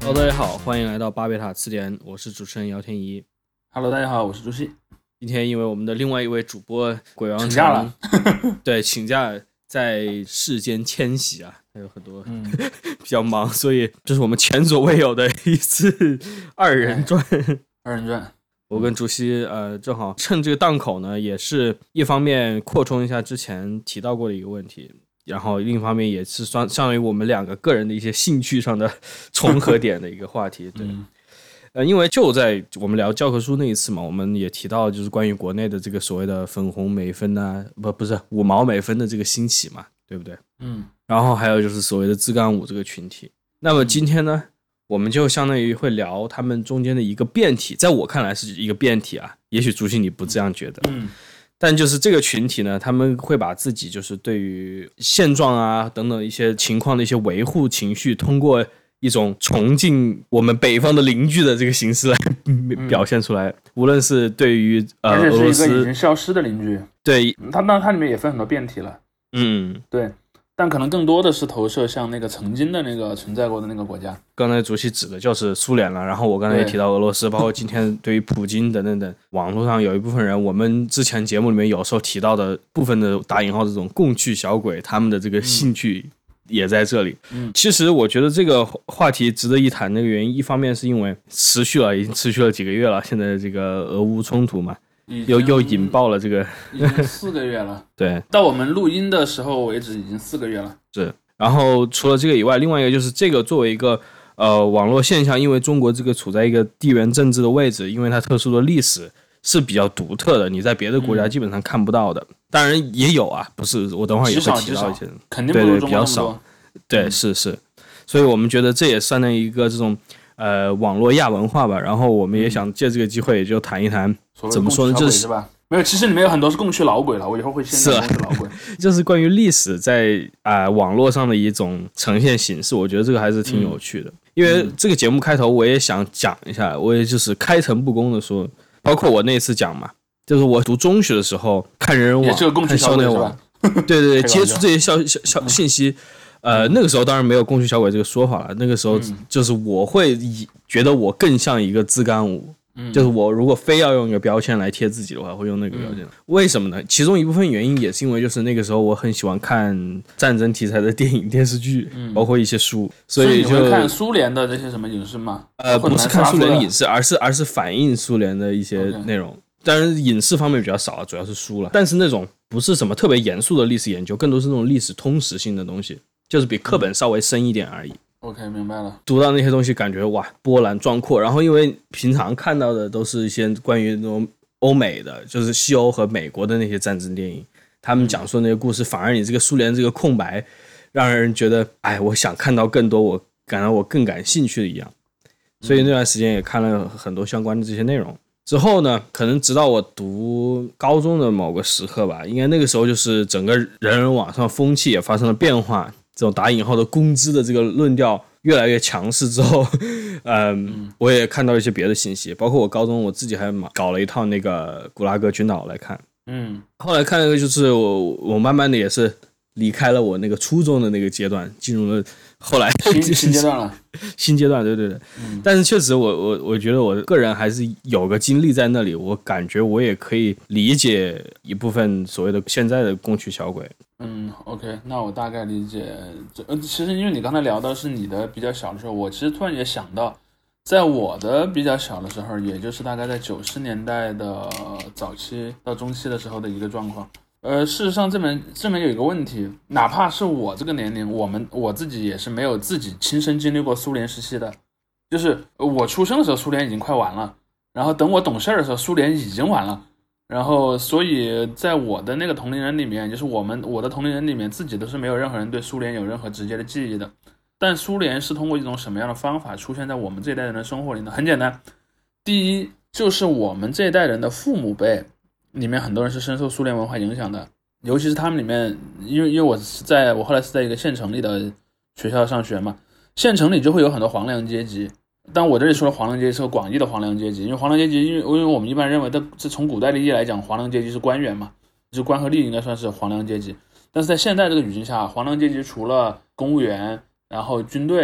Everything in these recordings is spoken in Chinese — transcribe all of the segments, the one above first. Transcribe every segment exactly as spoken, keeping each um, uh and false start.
Hello， 大家好，欢迎来到巴别塔词典，我是主持人姚天怡。 Hello， 大家好，我是朱熹。 今天因为我们的另外一位主播鬼王请假了， 对，请假在世间迁徙啊，还有很多、嗯、比较忙，所以这是我们前所未有的一次二人转。 二人转。 我跟朱熹呃，正好趁这个档口呢，也是一方面扩充一下之前提到过的一个问题，然后另一方面也是相相当于我们两个个人的一些兴趣上的重合点的一个话题。对，嗯、呃，因为就在我们聊教科书那一次嘛，我们也提到就是关于国内的这个所谓的粉红美分啊，不不是五毛美分的这个兴起嘛，对不对？ 嗯。 然后还有就是所谓的自干五这个群体。那么今天呢？嗯，我们就相当于会聊他们中间的一个变体，在我看来是一个变体啊，也许朱熹你不这样觉得， 嗯， 但就是这个群体呢，他们会把自己就是对于现状啊等等一些情况的一些维护情绪，通过一种崇敬我们北方的邻居的这个形式来表现出来，嗯、无论是对于呃而且俄罗斯是一个已经消失的邻居， 对， 它那它里面也分很多变体了， 嗯， 对。但可能更多的是投射像那个曾经的那个存在过的那个国家。 刚才主席指的就是苏联了，然后我刚才也提到俄罗斯，包括今天对于普京等等等，网络上有一部分人，我们之前节目里面有时候提到的部分的打引号的这种共趣小鬼，他们的这个兴趣也在这里。 嗯， 其实我觉得这个话题值得一谈的原因，一方面是因为持续了，已经持续了几个月了，现在这个俄乌冲突嘛。又又引爆了这个， 已经四个月了。 对， 到我们录音的时候为止，已经四个月了。 是，然后除了这个以外，另外一个就是这个作为一个呃网络现象，因为中国这个处在一个地缘政治的位置，因为它特殊的历史是比较独特的，你在别的国家基本上看不到的。嗯、当然也有啊，不是，我等会儿也会提到一些， 肯定不如中国那么多。 对对，比较少。对，嗯、是是，所以我们觉得这也算是一个这种。呃，网络亚文化吧，然后我们也想借这个机会，也就谈一谈、嗯、怎么说呢，就是吧，没有，其实里面有很多是共趣老鬼了，我以后会先讲共趣老鬼， 就是关于历史在啊、呃、网络上的一种呈现形式，我觉得这个还是挺有趣的。嗯、因为这个节目开头我也想讲一下，我也就是开诚布公的说，包括我那次讲嘛，就是我读中学的时候看人人网、看校内网，对对对，接触这些消消消信息。呃，那个时候当然没有共趣小鬼这个说法了。那个时候就是我会觉得我更像一个自干五，嗯、就是我如果非要用一个标签来贴自己的话，会用那个标签。嗯、为什么呢？其中一部分原因也是因为就是那个时候我很喜欢看战争题材的电影、电视剧，嗯、包括一些书，所以就你会看苏联的这些什么影视吗？ 呃，不是看苏联的影视，而是而是反映苏联的一些内容。Okay. 当然，影视方面比较少，主要是书了。但是那种不是什么特别严肃的历史研究，更多是那种历史通识性的东西。就是比课本稍微深一点而已。 OK， 明白了。 读到那些东西，感觉哇，波澜壮阔。然后因为平常看到的都是一些关于那种欧美的，就是西欧和美国的那些战争电影，他们讲述那些故事，反而你这个苏联这个空白，让人觉得，哎，我想看到更多，我感到我更感兴趣的一样。所以那段时间也看了很多相关的这些内容。之后呢，可能直到我读高中的某个时刻吧，应该那个时候就是整个人人网上风气也发生了变化。这种打引号的工资的这个论调越来越强势之后，嗯，嗯我也看到一些别的信息，包括我高中我自己还搞了一套那个古拉格群岛来看， 嗯， 后来看那个就是我我慢慢的也是离开了我那个初中的那个阶段，进入了后来新新阶段了， 新阶段，对对对，嗯、但是确实我我我觉得我个人还是有个经历在那里，我感觉我也可以理解一部分所谓的现在的共趣小鬼。 嗯 ，OK， 那我大概理解。这呃，其实因为你刚才聊到是你的比较小的时候，我其实突然也想到，在我的比较小的时候，也就是大概在九十年代的早期到中期的时候的一个状况。呃，事实上这边这边有一个问题，哪怕是我这个年龄，我们我自己也是没有自己亲身经历过苏联时期的，就是我出生的时候苏联已经快完了，然后等我懂事的时候苏联已经完了。然后，所以在我的那个同龄人里面，就是我们我的同龄人里面，自己都是没有任何人对苏联有任何直接的记忆的。但苏联是通过一种什么样的方法出现在我们这一代人的生活里呢？很简单，第一就是我们这一代人的父母辈里面很多人是深受苏联文化影响的，尤其是他们里面，因为因为我是在我后来是在一个县城里的学校上学嘛，县城里就会有很多皇粮阶级。但我这里说的皇粮阶级是个广义的皇粮阶级，因为皇粮阶级，因为因为我们一般认为的，这从古代的意义来讲，皇粮阶级是官员嘛，就是官和吏应该算是皇粮阶级。但是在现在这个语境下，皇粮阶级除了公务员，然后军队，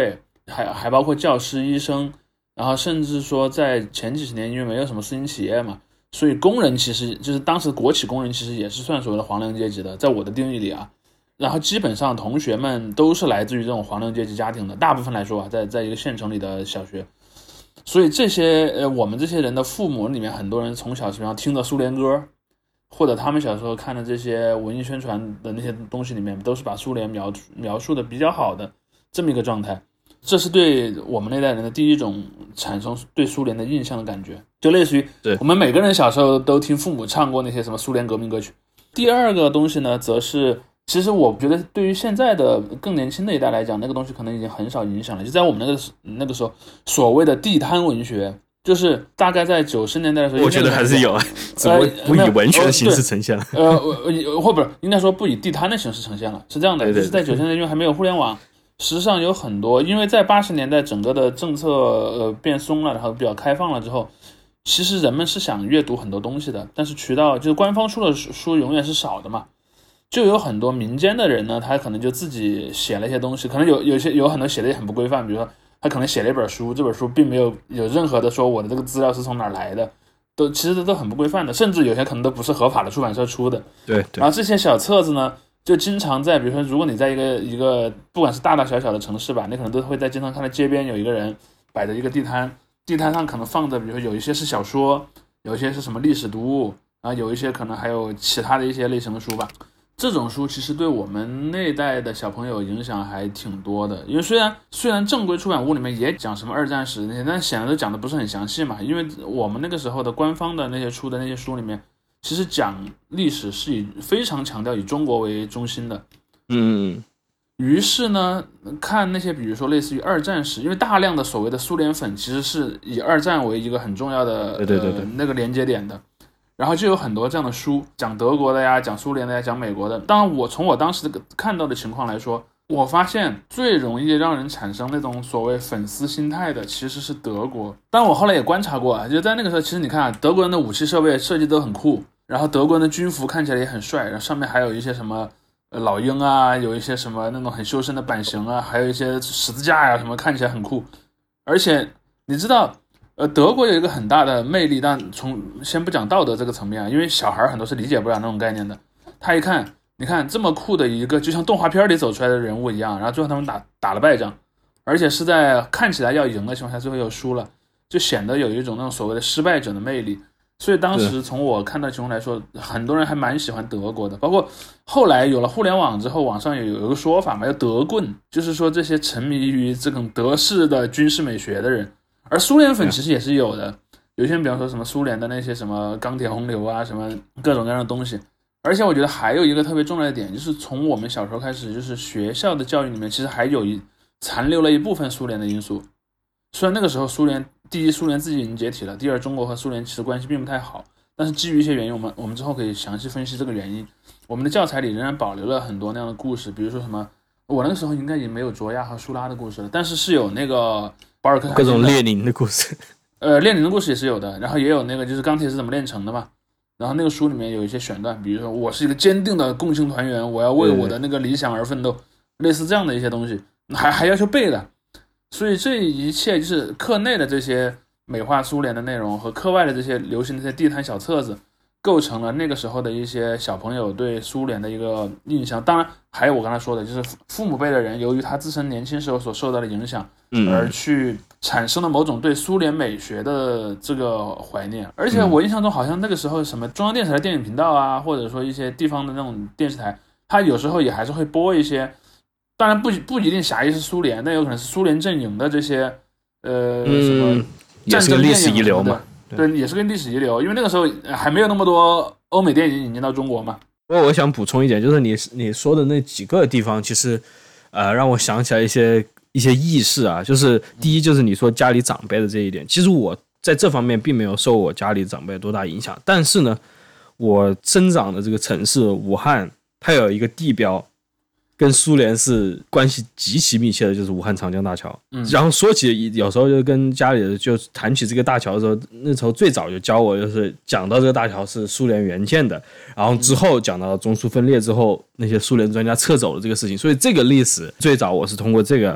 还还包括教师、医生，然后甚至说在前几十年因为没有什么私营企业嘛，所以工人其实就是当时国企工人其实也是算所谓的黄领阶级的，在我的定义里啊。然后基本上同学们都是来自于这种黄领阶级家庭的，大部分来说啊，在在一个县城里的小学，所以这些呃我们这些人的父母里面，很多人从小基本上听的苏联歌，或者他们小时候看的这些文艺宣传的那些东西里面，都是把苏联描描述的比较好的这么一个状态。这是对我们那代人的第一种产生对苏联的印象的感觉，就类似于我们每个人小时候都听父母唱过那些什么苏联革命歌曲。第二个东西呢，则是其实我觉得对于现在的更年轻的一代来讲，那个东西可能已经很少影响了。就在我们那个那个时候，所谓的地摊文学，就是大概在九十年代的时候， 我觉得还是有啊，只不过不以文学的形式呈现了。 呃，呃或不是应该说不以地摊的形式呈现了，是这样的，就是在九十年代因为还没有互联网，实际上有很多，因为在八十年代整个的政策呃变松了，然后比较开放了之后，其实人们是想阅读很多东西的，但是渠道就是官方出的书永远是少的嘛。就有很多民间的人呢，他可能就自己写了一些东西，可能有有些有很多写的也很不规范，比如说他可能写了一本书，这本书并没有有任何的说我的这个资料是从哪儿来的，都其实都很不规范的，甚至有些可能都不是合法的出版社出的。 对，对。 然后这些小册子呢，就经常在比如说，如果你在一个一个不管是大大小小的城市吧，你可能都会在经常看到街边有一个人摆着一个地摊，地摊上可能放着，比如说有一些是小说，有一些是什么历史读物，然后有一些可能还有其他的一些类型的书吧。这种书其实对我们那一代的小朋友影响还挺多的，因为虽然虽然正规出版物里面也讲什么二战史那些，但显然都讲的不是很详细嘛，因为我们那个时候的官方的那些出的那些书里面，其实讲历史是以非常强调以中国为中心的。 嗯， 于是呢，看那些比如说类似于二战史，因为大量的所谓的苏联粉其实是以二战为一个很重要的对对对对、 呃、那个连接点的。然后就有很多这样的书，讲德国的呀，讲苏联的呀，讲美国的。当然我从我当时看到的情况来说，我发现最容易让人产生那种所谓粉丝心态的其实是德国。但我后来也观察过啊，就在那个时候，其实你看啊，德国人的武器设备设计都很酷，然后德国人的军服看起来也很帅，然后上面还有一些什么呃老鹰啊，有一些什么那种很修身的版型啊，还有一些十字架呀、啊、什么，看起来很酷。而且你知道呃，德国有一个很大的魅力，但从先不讲道德这个层面啊，因为小孩很多是理解不了那种概念的。他一看，你看这么酷的一个，就像动画片里走出来的人物一样，然后最后他们打打了败仗，而且是在看起来要赢的情况下，最后又输了，就显得有一种那种所谓的失败者的魅力。所以当时从我看到的情况来说，很多人还蛮喜欢德国的，包括后来有了互联网之后，网上有有一个说法嘛，叫德棍，就是说这些沉迷于这种德式的军事美学的人。而苏联粉其实也是有的，有些人比方说什么苏联的那些什么钢铁洪流啊，什么各种各样的东西。而且我觉得还有一个特别重要的点，就是从我们小时候开始，就是学校的教育里面其实还有一残留了一部分苏联的因素。虽然那个时候苏联第一苏联自己已经解体了，第二中国和苏联其实关系并不太好，但是基于一些原因，我们我们之后可以详细分析这个原因。我们的教材里仍然保留了很多那样的故事，比如说什么，我那个时候应该已经没有卓娅和舒拉的故事了，但是是有那个保尔柯察金的各种列宁的故事， 呃，列宁的故事也是有的，然后也有那个就是钢铁是怎么炼成的嘛，然后那个书里面有一些选段，比如说我是一个坚定的共青团员，我要为我的那个理想而奋斗，类似这样的一些东西，还还要求背的，所以这一切就是课内的这些美化苏联的内容和课外的这些流行的这些地摊小册子，构成了那个时候的一些小朋友对苏联的一个印象。当然还有我刚才说的，就是父母辈的人由于他自身年轻时候所受到的影响，而去产生了某种对苏联美学的这个怀念。而且我印象中好像那个时候什么中央电视台电影频道啊，或者说一些地方的那种电视台，他有时候也还是会播一些，当然不不一定狭义是苏联，那有可能是苏联阵营的这些呃、嗯、什么战争电影什么的，对，也是个历史遗留，因为那个时候还没有那么多欧美电影引进到中国嘛。 不过我想补充一点，就是你你说的那几个地方，其实呃让我想起来一些一些轶事啊。就是第一，就是你说家里长辈的这一点，其实我在这方面并没有受我家里长辈多大影响，但是呢，我生长的这个城市武汉，它有一个地标跟苏联是关系极其密切的，就是武汉长江大桥。嗯，然后说起有时候就跟家里的就谈起这个大桥的时候，那时候最早就教我，就是讲到这个大桥是苏联援建的，然后之后讲到中苏分裂之后，那些苏联专家撤走了这个事情，所以这个历史最早我是通过这个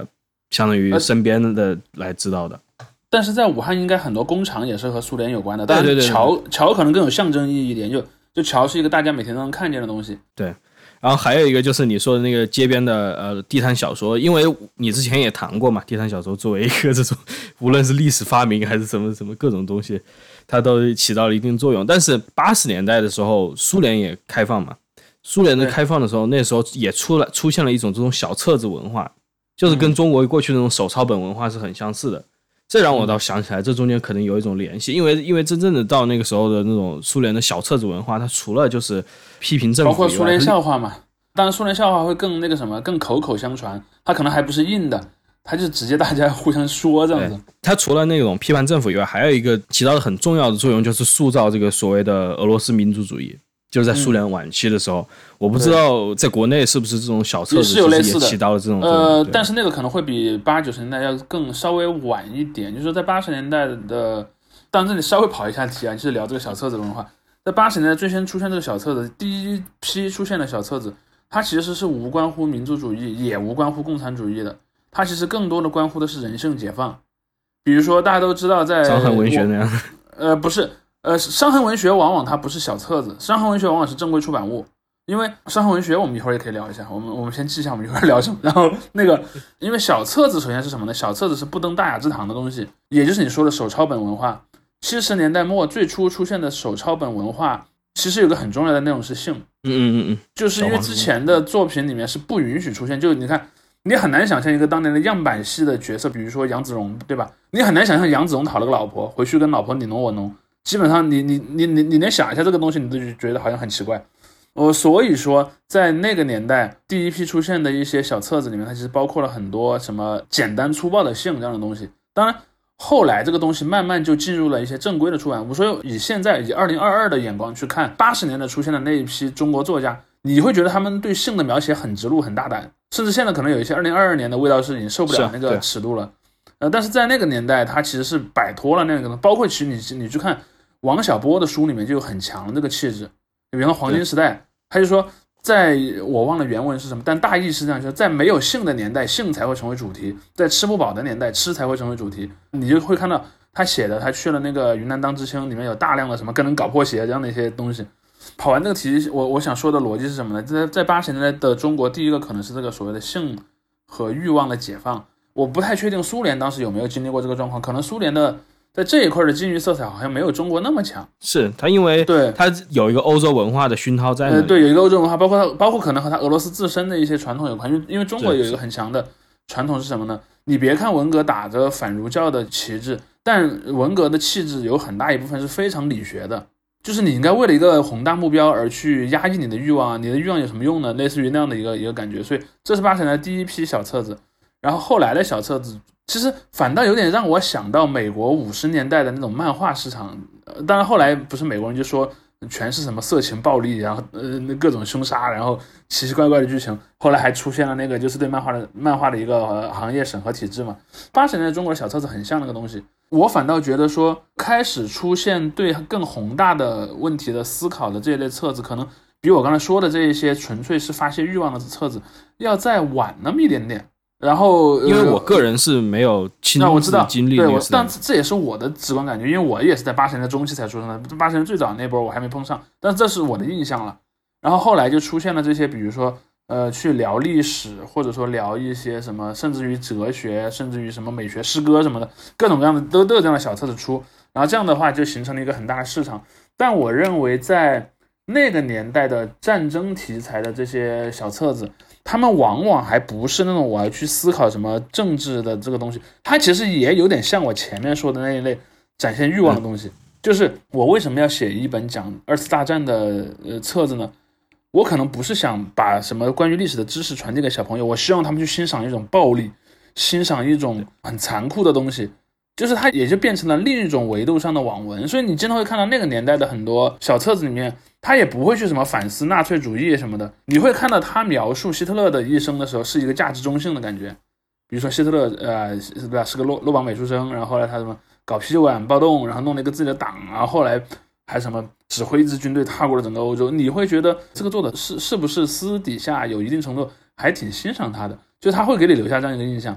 相当于身边的来知道的。 但是在武汉应该很多工厂也是和苏联有关的，但是桥桥可能更有象征意义一点，就就桥是一个大家每天都能看见的东西。 对，然后还有一个就是你说的那个街边的呃地摊小说，因为你之前也谈过嘛，地摊小说作为一个这种无论是历史发明还是什么什么各种东西，它都起到了一定作用。但是八十年代的时候，苏联也开放嘛，苏联的开放的时候，那时候也出了出现了一种这种小册子文化，就是跟中国过去那种手抄本文化是很相似的。这让我倒想起来，这中间可能有一种联系，因为因为真正的到那个时候的那种苏联的小册子文化，它除了就是批评政府， 包括苏联笑话嘛，当然苏联笑话会更那个什么，更口口相传，它可能还不是硬的，它就直接大家互相说这样子。 它除了那种批判政府以外，还有一个起到的很重要的作用，就是塑造这个所谓的俄罗斯民族主义。就是在苏联晚期的时候、嗯、我不知道在国内是不是这种小册子是有类似的也起到了这种呃，但是那个可能会比八九十年代要更稍微晚一点。就是说在八十年代的，当然这里稍微跑一下题啊，就是聊这个小册子文化。在八十年代最先出现这个小册子，第一批出现的小册子，它其实是无关乎民族主义，也无关乎共产主义的，它其实更多的关乎的是人性解放。比如说大家都知道在伤痕文学那样， 呃，不是。呃，伤痕文学往往它不是小册子，伤痕文学往往是正规出版物。因为伤痕文学我们一会儿也可以聊一下，我们我们先记一下我们一会儿聊什么。然后那个，因为小册子首先是什么呢？小册子是不登大雅之堂的东西，也就是你说的手抄本文化。七十年代末最初出现的手抄本文化，其实有个很重要的内容是性。 嗯嗯嗯， 就是因为之前的作品里面是不允许出现，就你看。你很难想象一个当年的样板戏的角色，比如说杨子荣，对吧？你很难想象杨子荣讨了个老婆，回去跟老婆你侬我侬。基本上你你你你你连想一下这个东西，你都觉得好像很奇怪。呃，所以说在那个年代，第一批出现的一些小册子里面，它其实包括了很多什么简单粗暴的性这样的东西。当然，后来这个东西慢慢就进入了一些正规的出版物。所以以现在以二零二二的眼光去看，八十年代出现的那一批中国作家，你会觉得他们对性的描写很直露、很大胆，甚至现在可能有一些二零二二年的味道是已经受不了那个尺度了。呃，但是在那个年代，它其实是摆脱了那个，包括其实你你去看王小波的书里面就有很强的这个气质。比如说黄金时代，他就说，在我忘了原文是什么，但大意是这样说：在没有性的年代，性才会成为主题；在吃不饱的年代，吃才会成为主题。你就会看到他写的，他去了那个云南当知青，里面有大量的什么跟人搞破鞋这样的一些东西。跑完这个题，我我想说的逻辑是什么呢？在在八十年代的中国，第一个可能是这个所谓的性和欲望的解放。我不太确定苏联当时有没有经历过这个状况，可能苏联的在这一块的禁欲色彩好像没有中国那么强。 是他因为对他有一个欧洲文化的熏陶在那里、 呃、对，有一个欧洲文化，包括他包括可能和他俄罗斯自身的一些传统有关。因为因为中国有一个很强的传统是什么呢？你别看文革打着反儒教的旗帜，但文革的气质有很大一部分是非常理学的。就是你应该为了一个宏大目标而去压抑你的欲望，你的欲望有什么用呢？类似于那样的一个一个感觉。所以这是八十年代第一批小册子。然后后来的小册子其实反倒有点让我想到美国五十年代的那种漫画市场。呃、当然后来不是美国人就说全是什么色情暴力，然后呃各种凶杀，然后奇奇怪怪的剧情。后来还出现了那个就是对漫画的漫画的一个、呃、行业审核体制嘛。八十年代中国的小册子很像那个东西。我反倒觉得说开始出现对更宏大的问题的思考的这一类册子，可能比我刚才说的这一些纯粹是发泄欲望的册子要再晚那么一点点。然后因为我个人是没有亲自经历那个时代， 但这也是我的直观感觉，因为我也是在八十年代中期才出生的，八十年代最早那波我还没碰上，但这是我的印象了。然后后来就出现了这些，比如说呃，去聊历史，或者说聊一些什么，甚至于哲学，甚至于什么美学诗歌什么的，各种各样的都都有这样的小册子出。然后这样的话就形成了一个很大的市场。但我认为在那个年代的战争题材的这些小册子，他们往往还不是那种我要去思考什么政治的这个东西，它其实也有点像我前面说的那一类展现欲望的东西。就是我为什么要写一本讲二次大战的呃册子呢？我可能不是想把什么关于历史的知识传递给小朋友，我希望他们去欣赏一种暴力，欣赏一种很残酷的东西，就是它也就变成了另一种维度上的网文。所以你经常会看到那个年代的很多小册子里面，他也不会去什么反思纳粹主义什么的，你会看到他描述希特勒的一生的时候是一个价值中性的感觉。比如说希特勒呃对吧，是个落落榜美术生，然后后来他什么搞啤酒碗暴动，然后弄了一个自己的党，然后后来还什么指挥一支军队踏过了整个欧洲。你会觉得这个作者是是不是私底下有一定程度还挺欣赏他的，就他会给你留下这样一个印象。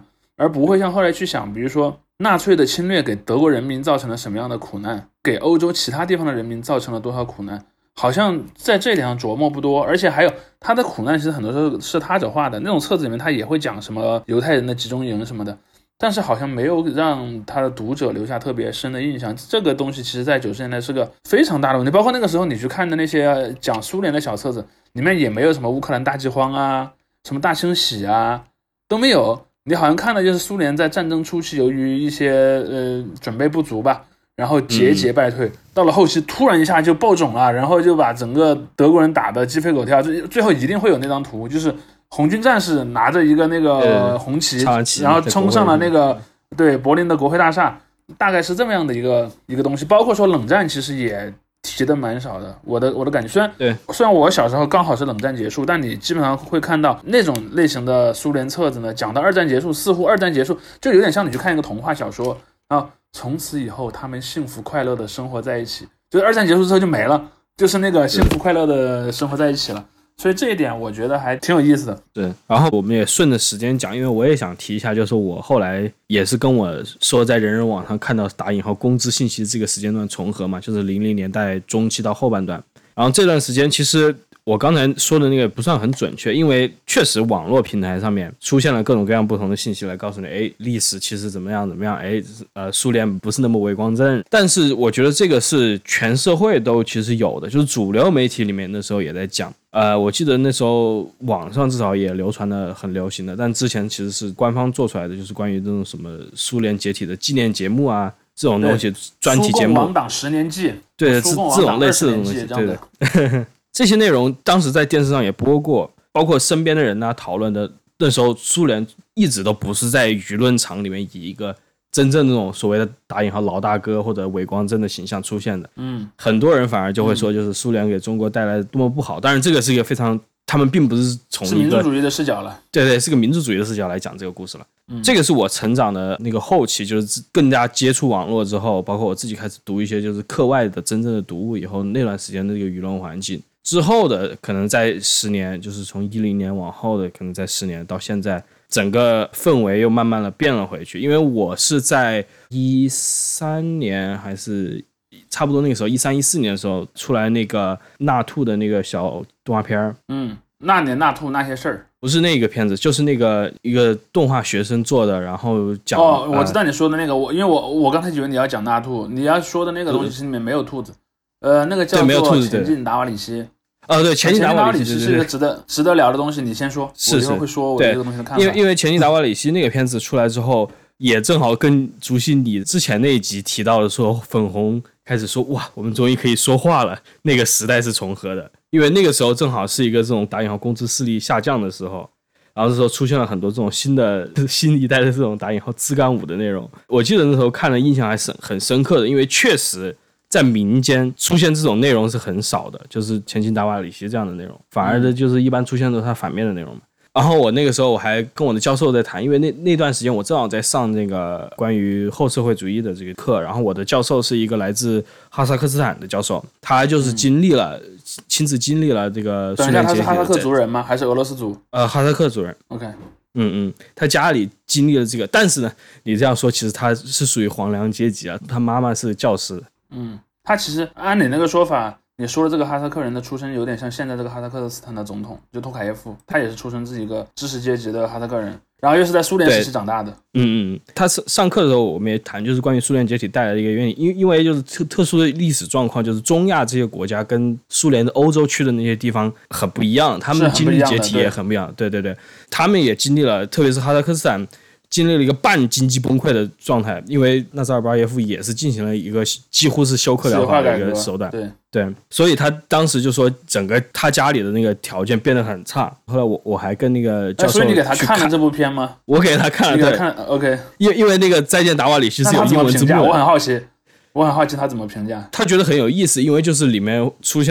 而不会像后来去想，比如说纳粹的侵略给德国人民造成了什么样的苦难，给欧洲其他地方的人民造成了多少苦难，好像在这一点上琢磨不多。而且还有他的苦难其实很多时候是他者化的，那种册子里面他也会讲什么犹太人的集中营什么的，但是好像没有让他的读者留下特别深的印象。这个东西其实在九十年代是个非常大的问题，包括那个时候你去看的那些讲苏联的小册子里面也没有什么乌克兰大饥荒啊，什么大清洗啊，都没有。你好像看的就是苏联在战争初期由于一些呃准备不足吧，然后节节败退、嗯、到了后期突然一下就爆种了，然后就把整个德国人打得鸡飞狗跳。最后一定会有那张图，就是红军战士拿着一个那个红旗、嗯、然后冲上了那个对柏林的国会大厦，大概是这么样的一个一个东西。包括说冷战其实也提的蛮少的，我的我的感觉，虽然对， 虽然我小时候刚好是冷战结束，但你基本上会看到那种类型的苏联册子呢，讲到二战结束，似乎二战结束就有点像你去看一个童话小说啊，从此以后他们幸福快乐的生活在一起，就是二战结束之后就没了，就是那个幸福快乐的生活在一起了。所以这一点我觉得还挺有意思的。 对，然后我们也顺着时间讲，因为我也想提一下，就是我后来也是跟我说在人人网上看到打引号公知信息这个时间段重合嘛，就是零零年代中期到后半段。然后这段时间其实我刚才说的那个不算很准确，因为确实网络平台上面出现了各种各样不同的信息来告诉你，哎，历史其实怎么样怎么样，哎，呃，苏联不是那么伟光正。但是我觉得这个是全社会都其实有的，就是主流媒体里面那时候也在讲。呃，我记得那时候网上至少也流传的很流行的，但之前其实是官方做出来的，就是关于这种什么苏联解体的纪念节目啊，这种东西，专题节目， 苏共亡党十年祭， 对，这这种类似的东西，对的。这些内容当时在电视上也播过，包括身边的人啊讨论的。那时候苏联一直都不是在舆论场里面以一个真正那种所谓的打引号老大哥或者伟光正的形象出现的。嗯，很多人反而就会说，就是苏联给中国带来多么不好。当然，这个是一个非常，他们并不是从一个是民族主义的视角了， 对对，是个民族主义的视角来讲这个故事了。嗯，这个是我成长的那个后期，就是更加接触网络之后，包括我自己开始读一些就是课外的真正的读物以后，那段时间的这个舆论环境。之后的可能在十年，就是从一零年往后的可能在十年到现在，整个氛围又慢慢的变了回去。因为我是在一三年还是差不多那个时候，一三一四年的时候出来那个纳兔的那个小动画片。 嗯，那年纳兔那些事儿， 不是那个片子，就是那个一个动画学生做的，然后讲。 哦，我知道你说的那个，我因为我我刚才以为你要讲纳兔，你要说的那个东西是里面没有兔子。呃，那个叫做前进达瓦里西。 哦，对，前进达瓦里西是一个值得值得聊的东西，你先说， 是是我一会儿会说我对这个东西的看法。 因为因为前进达瓦里西那个片子出来之后，也正好跟竹溪你之前那一集提到的说，粉红开始说哇，我们终于可以说话了，那个时代是重合的，因为那个时候正好是一个这种打引号公知势力下降的时候。然后这时候出现了很多这种新的新一代的这种打引号自干舞的内容，我记得那时候看了印象还是很深刻的，因为确实在民间出现这种内容是很少的，就是前进达瓦里西这样的内容，反而的就是一般出现的是它反面的内容嘛。然后我那个时候我还跟我的教授在谈，因为那那段时间我正好在上那个关于后社会主义的这个课，然后我的教授是一个来自哈萨克斯坦的教授，他就是经历了、嗯、亲自经历了这个苏联解体的。等一下， 他是哈萨克族人吗？还是俄罗斯族？ 呃，哈萨克族人。 OK。 嗯嗯，他家里经历了这个，但是呢，你这样说，其实他是属于皇粮阶级啊，他妈妈是教师。 嗯，他其实按你那个说法，你说的这个哈萨克人的出身有点像现在这个哈萨克斯坦的总统，就托卡耶夫，他也是出身自一个知识阶级的哈萨克人，然后又是在苏联时期长大的。 嗯嗯，他上课的时候我们也谈，就是关于苏联解体带来的一个原因，因因为就是特特殊的历史状况，就是中亚这些国家跟苏联的欧洲区的那些地方很不一样，他们经历解体也很不一样。对对对，他们也经历了，特别是哈萨克斯坦。经历了一个半经济崩溃的状态，因为纳扎尔巴耶夫也是进行了一个几乎是休克疗法的一个手段， 对对，所以他当时就说整个他家里的那个条件变得很差。后来我我还跟那个教授去看， 所以你给他看了这部片吗？ 我给他看了， 对，看 OK， 因为因为那个再见达瓦里西是有英文字幕的， 我很好奇，我很好奇他怎么评价。 他觉得很有意思，因为就是里面出现了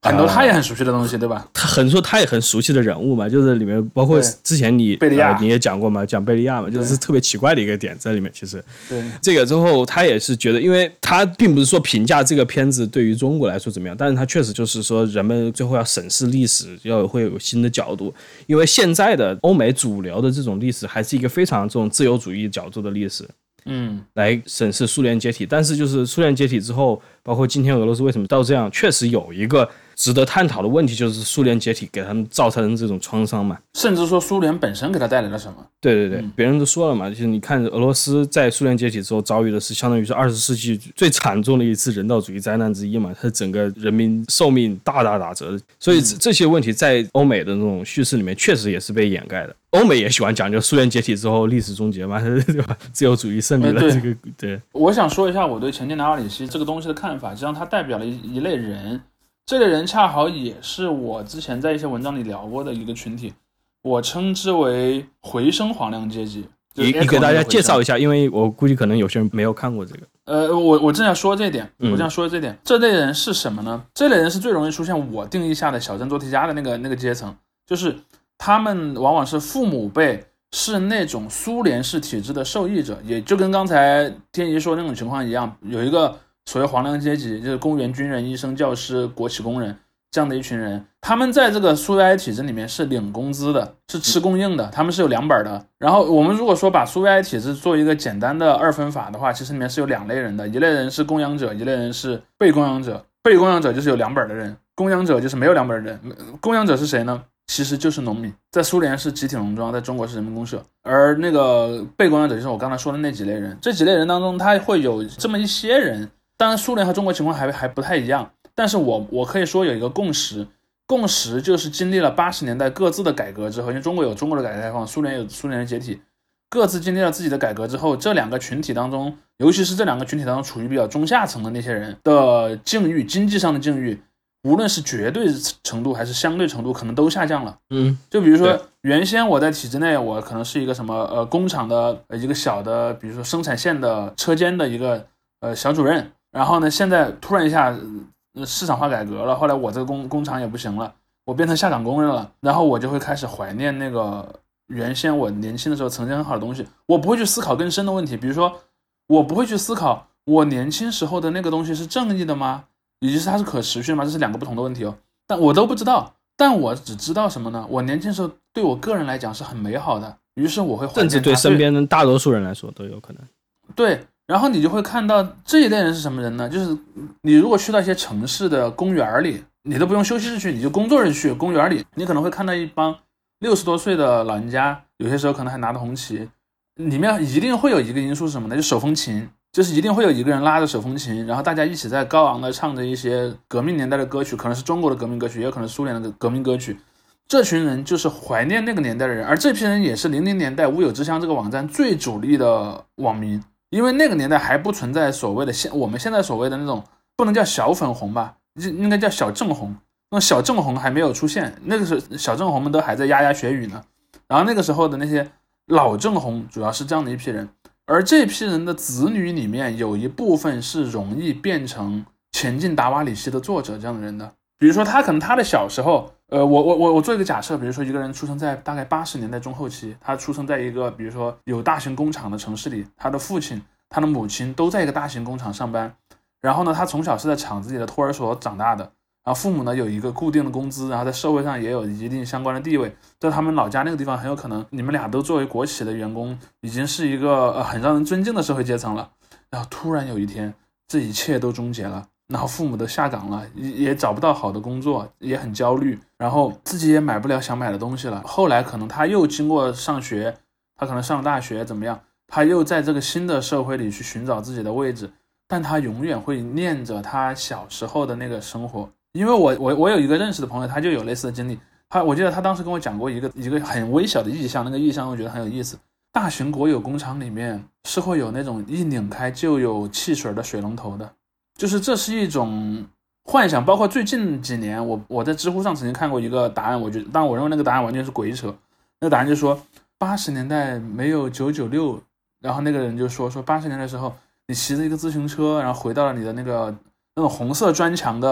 很多他也很熟悉的东西，对吧？ 他很多他也很熟悉的人物嘛，就是里面包括之前你贝利亚、 呃、你也讲过嘛，讲贝利亚嘛，就是特别奇怪的一个点在里面。其实对这个之后，他也是觉得，因为他并不是说评价这个片子对于中国来说怎么样，但是他确实就是说，人们最后要审视历史，要会有新的角度，因为现在的欧美主流的这种历史还是一个非常这种自由主义角度的历史。 嗯， 来审视苏联解体，但是就是苏联解体之后，包括今天俄罗斯为什么到这样，确实有一个值得探讨的问题，就是苏联解体给他们造成这种创伤嘛， 甚至说苏联本身给他带来了什么？ 对对对，嗯、别人都说了嘛，就是你看俄罗斯在苏联解体之后遭遇的是相当于是二十世纪最惨重的一次人道主义灾难之一嘛，它整个人民寿命大大打折，所以这些问题在欧美的那种叙事里面确实也是被掩盖的。欧美也喜欢讲，就苏联解体之后历史终结嘛，对吧？自由主义胜利了。这个对， 我想说一下我对前进的阿里西这个东西的看法，实际上它代表了一一类人，这类人恰好也是我之前在一些文章里聊过的一个群体，我称之为回声黄梁阶级。 你你给大家介绍一下，因为我估计可能有些人没有看过这个。 呃，我我正要说这点，我正要说这点、嗯，这类人是什么呢？这类人是最容易出现我定义下的小镇做题家的那个那个阶层，就是他们往往是父母辈是那种苏联式体制的受益者，也就跟刚才天怡说那种情况一样，有一个所谓黄梁阶级，就是公务员、军人、医生、教师、国企工人这样的一群人，他们在这个苏维埃体制里面是领工资的，是吃供应的，他们是有两本的。然后我们如果说把苏维埃体制做一个简单的二分法的话，其实里面是有两类人的，一类人是供养者，一类人是被供养者。被供养者就是有两本的人，供养者就是没有两本的人。供养者是谁呢？其实就是农民，在苏联是集体农庄，在中国是人民公社，而那个被供养者就是我刚才说的那几类人。这几类人当中，他会有这么一些人，当然苏联和中国情况还还不太一样，但是我我可以说有一个共识，共识就是经历了八十年代各自的改革之后，因为中国有中国的改革开放，苏联有苏联的解体，各自经历了自己的改革之后，这两个群体当中，尤其是这两个群体当中处于比较中下层的那些人的境遇，经济上的境遇，无论是绝对程度还是相对程度，可能都下降了。 嗯， 就比如说原先我在体制内，我可能是一个什么呃工厂的一个小的，比如说生产线的车间的一个呃小主任，然后呢，现在突然一下、呃、市场化改革了，后来我这个工工厂也不行了，我变成下岗工人了，然后我就会开始怀念那个原先我年轻的时候曾经很好的东西，我不会去思考更深的问题，比如说我不会去思考我年轻时候的那个东西是正义的吗？以及是它是可持续的吗？这是两个不同的问题哦，但我都不知道，但我只知道什么呢？我年轻时候对我个人来讲是很美好的，于是我会怀念它， 甚至对身边的大多数人来说都有可能。 对，然后你就会看到这一类人是什么人呢？就是你如果去到一些城市的公园里，你都不用休息日去，你就工作日去公园里，你可能会看到一帮六十多岁的老人家，有些时候可能还拿着红旗，里面一定会有一个因素是什么呢？就手风琴，就是一定会有一个人拉着手风琴，然后大家一起在高昂的唱着一些革命年代的歌曲，可能是中国的革命歌曲，也有可能是苏联的革命歌曲。这群人就是怀念那个年代的人，而这批人也是零零年代乌有之乡这个网站最主力的网民，因为那个年代还不存在所谓的现我们现在所谓的那种，不能叫小粉红吧，应该叫小正红。那小正红还没有出现，那个时候小正红们都还在牙牙学语呢。然后那个时候的那些老正红主要是这样的一批人，而这批人的子女里面有一部分是容易变成前进达瓦里西的作者这样的人的。比如说他可能他的小时候，呃，我我我我做一个假设，比如说一个人出生在大概八十年代中后期，他出生在一个比如说有大型工厂的城市里，他的父亲、他的母亲都在一个大型工厂上班，然后呢，他从小是在厂子里的托儿所长大的。然后父母呢有一个固定的工资，然后在社会上也有一定相关的地位，在他们老家那个地方很有可能你们俩都作为国企的员工，已经是一个、呃、很让人尊敬的社会阶层了。然后突然有一天这一切都终结了，然后父母都下岗了，也找不到好的工作，也很焦虑，然后自己也买不了想买的东西了。后来可能他又经过上学，他可能上大学怎么样，他又在这个新的社会里去寻找自己的位置，但他永远会念着他小时候的那个生活。因为我我我有一个认识的朋友，他就有类似的经历。他我记得他当时跟我讲过一个一个很微小的意象，那个意象我觉得很有意思。大型国有工厂里面是会有那种一拧开就有汽水的水龙头的，就是这是一种幻想。包括最近几年，我我在知乎上曾经看过一个答案，我觉得，但我认为那个答案完全是鬼扯。那个答案就说八十年代没有九九六，然后那个人就说说八十年代的时候，你骑着一个自行车，然后回到了你的那个那种红色砖墙的。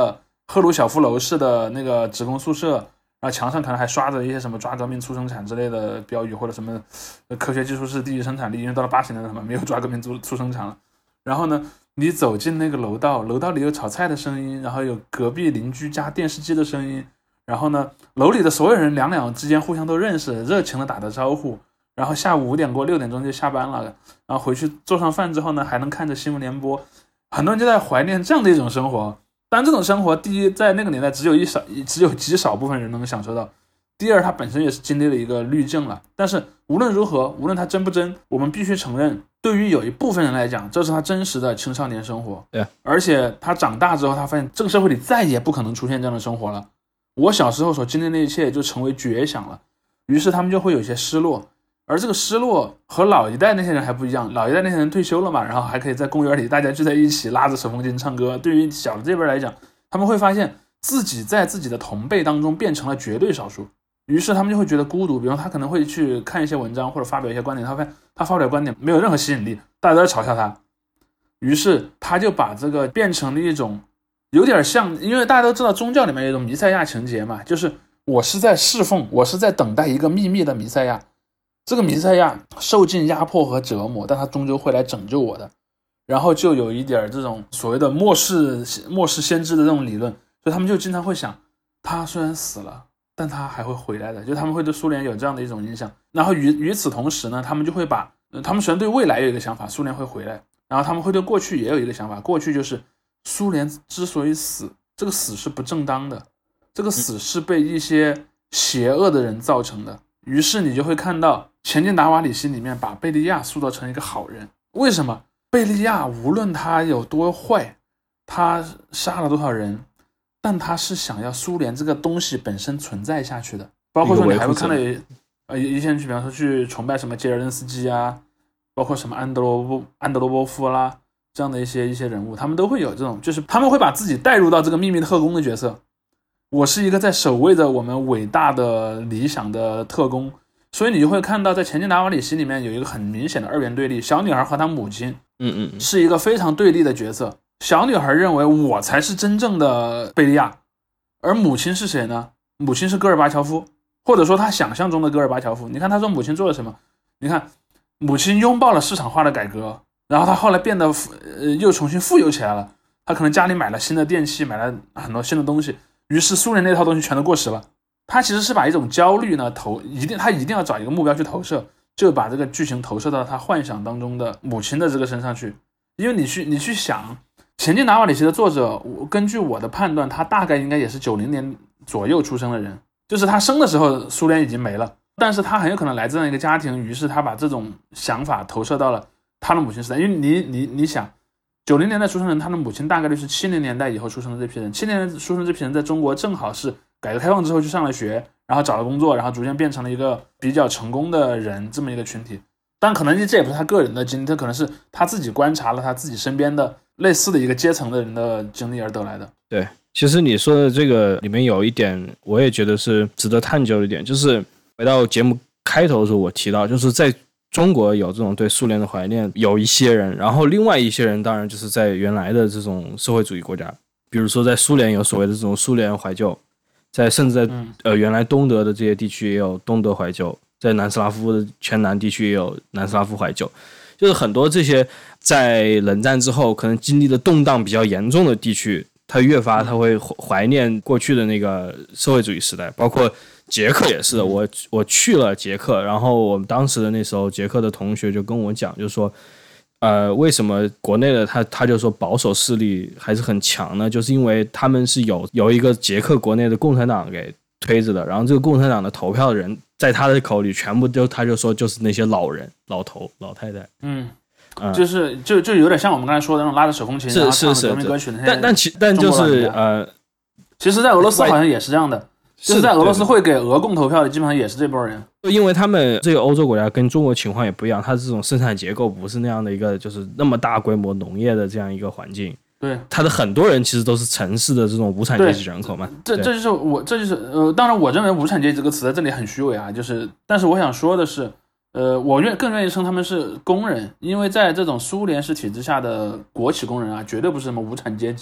赫鲁晓夫楼式的那个职工宿舍，然后墙上可能还刷着一些什么抓革命促生产之类的标语，或者什么科学技术是第一生产力，因为到了八十年代嘛，没有抓革命促生产了。然后呢，你走进那个楼道，楼道里有炒菜的声音，然后有隔壁邻居家电视机的声音，然后呢，楼里的所有人两两之间互相都认识，热情的打着招呼。然后下午五点过六点钟就下班了，然后回去做上饭之后呢，还能看着新闻联播，很多人就在怀念这样的一种生活。但这种生活，第一，在那个年代只有一少只有极少部分人能享受到；第二，它本身也是经历了一个滤镜了。但是无论如何，无论它真不真，我们必须承认，对于有一部分人来讲，这是他真实的青少年生活。 对， 而且他长大之后，他发现这个社会里再也不可能出现这样的生活了。我小时候所经历的那一切就成为绝响了，于是他们就会有些失落。而这个失落和老一代那些人还不一样，老一代那些人退休了嘛，然后还可以在公园里大家聚在一起拉着手风琴唱歌。对于小的这边来讲，他们会发现自己在自己的同辈当中变成了绝对少数，于是他们就会觉得孤独。比如他可能会去看一些文章或者发表一些观点，他发现他发表观点没有任何吸引力，大家都在嘲笑他，于是他就把这个变成了一种有点像，因为大家都知道宗教里面有一种弥赛亚情节嘛，就是我是在侍奉，我是在等待一个秘密的弥赛亚，这个弥赛亚受尽压迫和折磨，但他终究会来拯救我的。然后就有一点这种所谓的末世末世先知的这种理论，所以他们就经常会想，他虽然死了，但他还会回来的，就他们会对苏联有这样的一种影响。然后与与此同时呢，他们就会把他们虽然对未来有一个想法，苏联会回来，然后他们会对过去也有一个想法，过去就是苏联之所以死，这个死是不正当的，这个死是被一些邪恶的人造成的。于是你就会看到前进达瓦里西里面把贝利亚塑造成一个好人。为什么？贝利亚无论他有多坏，他杀了多少人，但他是想要苏联这个东西本身存在下去的。包括说你还会看到有呃一些人去，比方说去崇拜什么杰尔任斯基啊，包括什么安德罗波安德罗波夫啦这样的一些一些人物，他们都会有这种，就是他们会把自己带入到这个秘密特工的角色。我是一个在守卫着我们伟大的理想的特工，所以你就会看到在前进达瓦里西里面有一个很明显的二元对立，小女孩和她母亲嗯嗯是一个非常对立的角色。小女孩认为我才是真正的贝利亚，而母亲是谁呢？母亲是戈尔巴乔夫，或者说他想象中的戈尔巴乔夫。你看他说母亲做了什么，你看母亲拥抱了市场化的改革，然后他后来变得呃又重新富有起来了，他可能家里买了新的电器，买了很多新的东西，于是苏联那套东西全都过时了。他其实是把一种焦虑呢投一定他一定要找一个目标去投射，就把这个剧情投射到他幻想当中的母亲的这个身上去。因为你去你去想前进达瓦里西的作者，我根据我的判断，他大概应该也是九零年左右出生的人，就是他生的时候苏联已经没了，但是他很有可能来自这样一个家庭，于是他把这种想法投射到了他的母亲时代。因为你你你想九零年代出生的人，他的母亲大概率是七零年代以后出生的这批人，七零年代出生这批人在中国正好是改革开放之后去上了学，然后找了工作，然后逐渐变成了一个比较成功的人，这么一个群体。但可能这也不是他个人的经历，这可能是他自己观察了他自己身边的类似的一个阶层的人的经历而得来的。 对，其实你说的这个里面有一点我也觉得是值得探究的一点，就是回到节目开头的时候我提到，就是在中国有这种对苏联的怀念，有一些人，然后另外一些人当然就是在原来的这种社会主义国家，比如说在苏联有所谓的这种苏联怀旧，在甚至在、嗯、呃原来东德的这些地区也有东德怀旧，在南斯拉夫的全南地区也有南斯拉夫怀旧，就是很多这些在冷战之后可能经历了动荡比较严重的地区，他越发他会怀念过去的那个社会主义时代，包括捷克也是的。我我去了捷克，然后我们当时的那时候捷克的同学就跟我讲，就是说呃，为什么国内的他他就说保守势力还是很强呢？就是因为他们是有有一个捷克国内的共产党给推着的，然后这个共产党的投票的人在他的口里全部就他就说就是那些老人老头老太太。 嗯就是就就有点像我们刚才说的那种拉着手风琴是然后唱是革命歌曲的那些但但其但就是呃， 其实在俄罗斯好像也是这样的，就是在俄罗斯会给俄共投票的基本上也是这波人， 因为他们这个欧洲国家跟中国情况也不一样，它这种生产结构不是那样的一个就是那么大规模农业的这样一个环境。 对， 他的很多人其实都是城市的这种无产阶级人口嘛。 这这就是我这就是呃，当然我认为无产阶级这个词在这里很虚伪啊，就是但是我想说的是，呃，我愿更愿意称他们是工人，因为在这种苏联式体制下的国企工人啊，绝对不是什么无产阶级，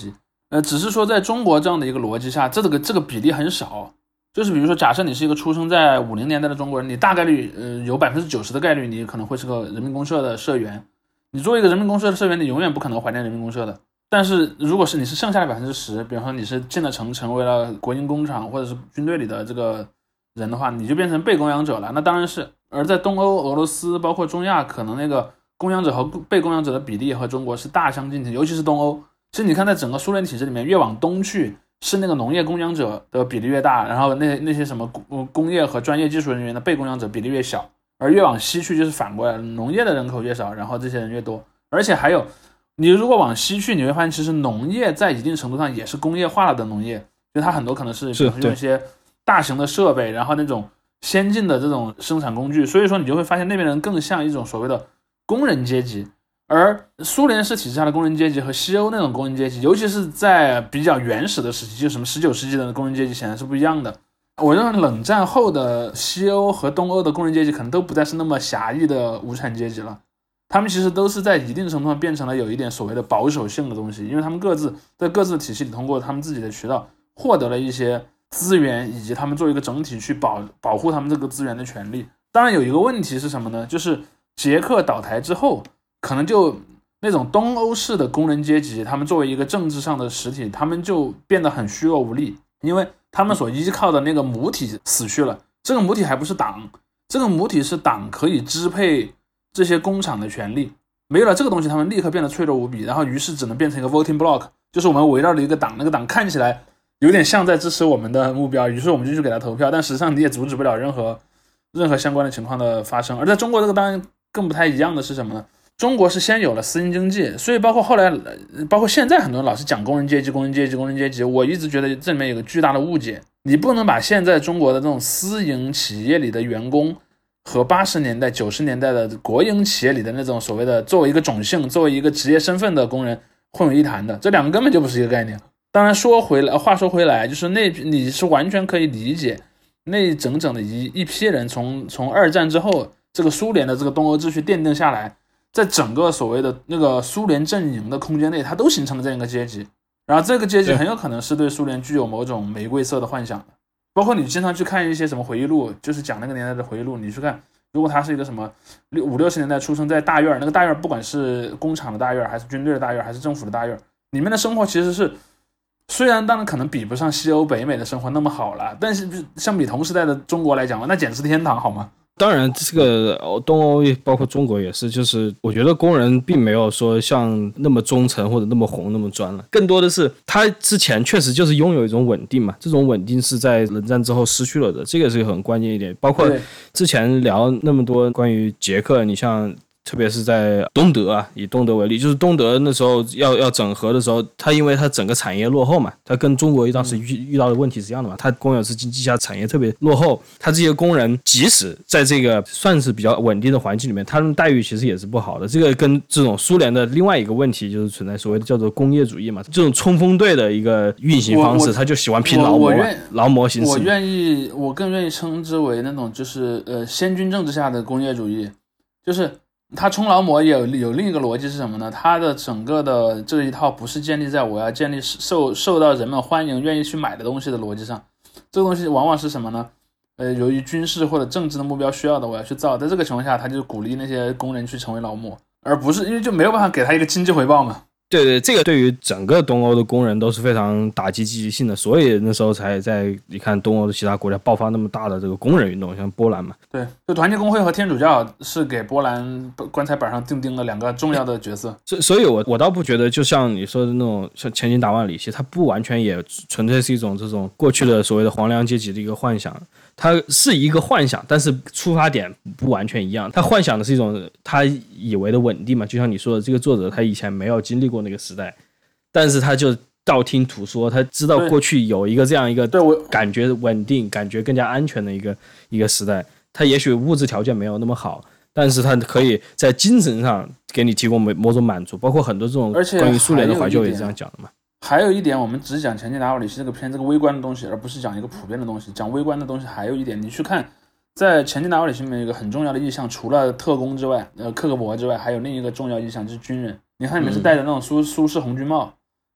呃，只是说在中国这样的一个逻辑下，这个这个比例很少。就是比如说，假设你是一个出生在五零年代的中国人，你大概率呃有百分之九十的概率你可能会是个人民公社的社员。你作为一个人民公社的社员，你永远不可能怀念人民公社的。但是如果是你是剩下的百分之十，比方说你是进了城，成为了国营工厂或者是军队里的这个人的话，你就变成被供养者了。那当然是，而在东欧、俄罗斯包括中亚，可能那个供养者和被供养者的比例和中国是大相径庭，尤其是东欧。其实你看，在整个苏联体制里面，越往东去是那个农业供养者的比例越大，然后那那些什么工业和专业技术人员的被供养者比例越小，而越往西去就是反过来，农业的人口越少，然后这些人越多。而且还有，你如果往西去，你会发现其实农业在一定程度上也是工业化了的农业，就它很多可能是用一些大型的设备，然后那种先进的这种生产工具，所以说你就会发现那边人更像一种所谓的工人阶级。而苏联式体制下的工人阶级和西欧那种工人阶级，尤其是在比较原始的时期，就什么十九世纪的工人阶级显然是不一样的。我认为冷战后的西欧和东欧的工人阶级可能都不再是那么狭义的无产阶级了，他们其实都是在一定程度上变成了有一点所谓的保守性的东西，因为他们各自在各自的体系里通过他们自己的渠道获得了一些资源，以及他们作为一个整体去保保护他们这个资源的权利。当然有一个问题是什么呢？就是捷克倒台之后，可能就那种东欧式的工人阶级，他们作为一个政治上的实体，他们就变得很虚弱无力，因为他们所依靠的那个母体死去了。这个母体还不是党，这个母体是党可以支配这些工厂的权利，没有了这个东西，他们立刻变得脆弱无比，然后于是只能变成一个 voting block， 就是我们围绕着一个党，那个党看起来有点像在支持我们的目标，于是我们就去给他投票，但实际上你也阻止不了任何任何相关的情况的发生。而在中国这个当然更不太一样的是什么呢？中国是先有了私营经济，所以包括后来包括现在很多人老是讲工人阶级工人阶级工人阶级，我一直觉得这里面有个巨大的误解。你不能把现在中国的这种私营企业里的员工和八十年代九十年代的国营企业里的那种所谓的作为一个种姓作为一个职业身份的工人混为一谈的，这两个根本就不是一个概念。当然说回来话说回来，就是那你是完全可以理解那整整的一一批人从从二战之后这个苏联的这个东欧秩序奠定下来，在整个所谓的那个苏联阵营的空间内，它都形成了这样一个阶级，然后这个阶级很有可能是对苏联具有某种玫瑰色的幻想的。包括你经常去看一些什么回忆录，就是讲那个年代的回忆录，你去看，如果他是一个什么五六十年代出生在大院，那个大院不管是工厂的大院还是军队的大院还是政府的大院，里面的生活其实是虽然当然可能比不上西欧北美的生活那么好了，但是相比同时代的中国来讲，那简直是天堂好吗？ 当然这个东欧包括中国也是，就是我觉得工人并没有说像那么忠诚或者那么红那么专了，更多的是他之前确实就是拥有一种稳定嘛，这种稳定是在冷战之后失去了的，这个是很关键一点。包括之前聊那么多关于捷克，你像特别是在东德啊，以东德为例，就是东德那时候要要整合的时候，它因为它整个产业落后嘛，它跟中国当时遇遇到的问题是一样的嘛，它公有制经济下产业特别落后，它这些工人即使在这个算是比较稳定的环境里面，他们待遇其实也是不好的。这个跟这种苏联的另外一个问题就是存在所谓的叫做工业主义嘛，这种冲锋队的一个运行方式，他就喜欢拼劳模嘛，劳模形式。 我愿意，我更愿意称之为那种就是呃先军政治下的工业主义，就是。他冲劳模也有有另一个逻辑是什么呢？他的整个的这一套不是建立在我要建立受受到人们欢迎、愿意去买的东西的逻辑上，这个东西往往是什么呢？呃，由于军事或者政治的目标需要的，我要去造。在这个情况下，他就鼓励那些工人去成为劳模，而不是因为就没有办法给他一个经济回报嘛。 对对，这个对于整个东欧的工人都是非常打击积极性的，所以那时候才在你看东欧的其他国家爆发那么大的这个工人运动，像波兰嘛。 对，就团结工会和天主教是给波兰棺材板上钉钉了两个重要的角色。 所所以我我倒不觉得，就像你说的那种像千金打万里，其实它不完全也纯粹是一种这种过去的所谓的皇粮阶级的一个幻想。它是一个幻想，但是出发点不完全一样。他幻想的是一种他以为的稳定嘛，就像你说的，这个作者他以前没有经历过那个时代，但是他就道听途说，他知道过去有一个这样一个感觉稳定、感觉更加安全的一个一个时代。他也许物质条件没有那么好，但是他可以在精神上给你提供某种满足，包括很多这种关于苏联的怀旧也是这样讲的嘛。 还有一点，我们只讲前进达瓦里西这个片这个微观的东西，而不是讲一个普遍的东西。讲微观的东西还有一点，你去看在前进达瓦里西里面有一个很重要的意象，除了特工之外，呃，克格勃之外，还有另一个重要意象就是军人。你看里面是戴着那种苏、嗯、苏式红军帽，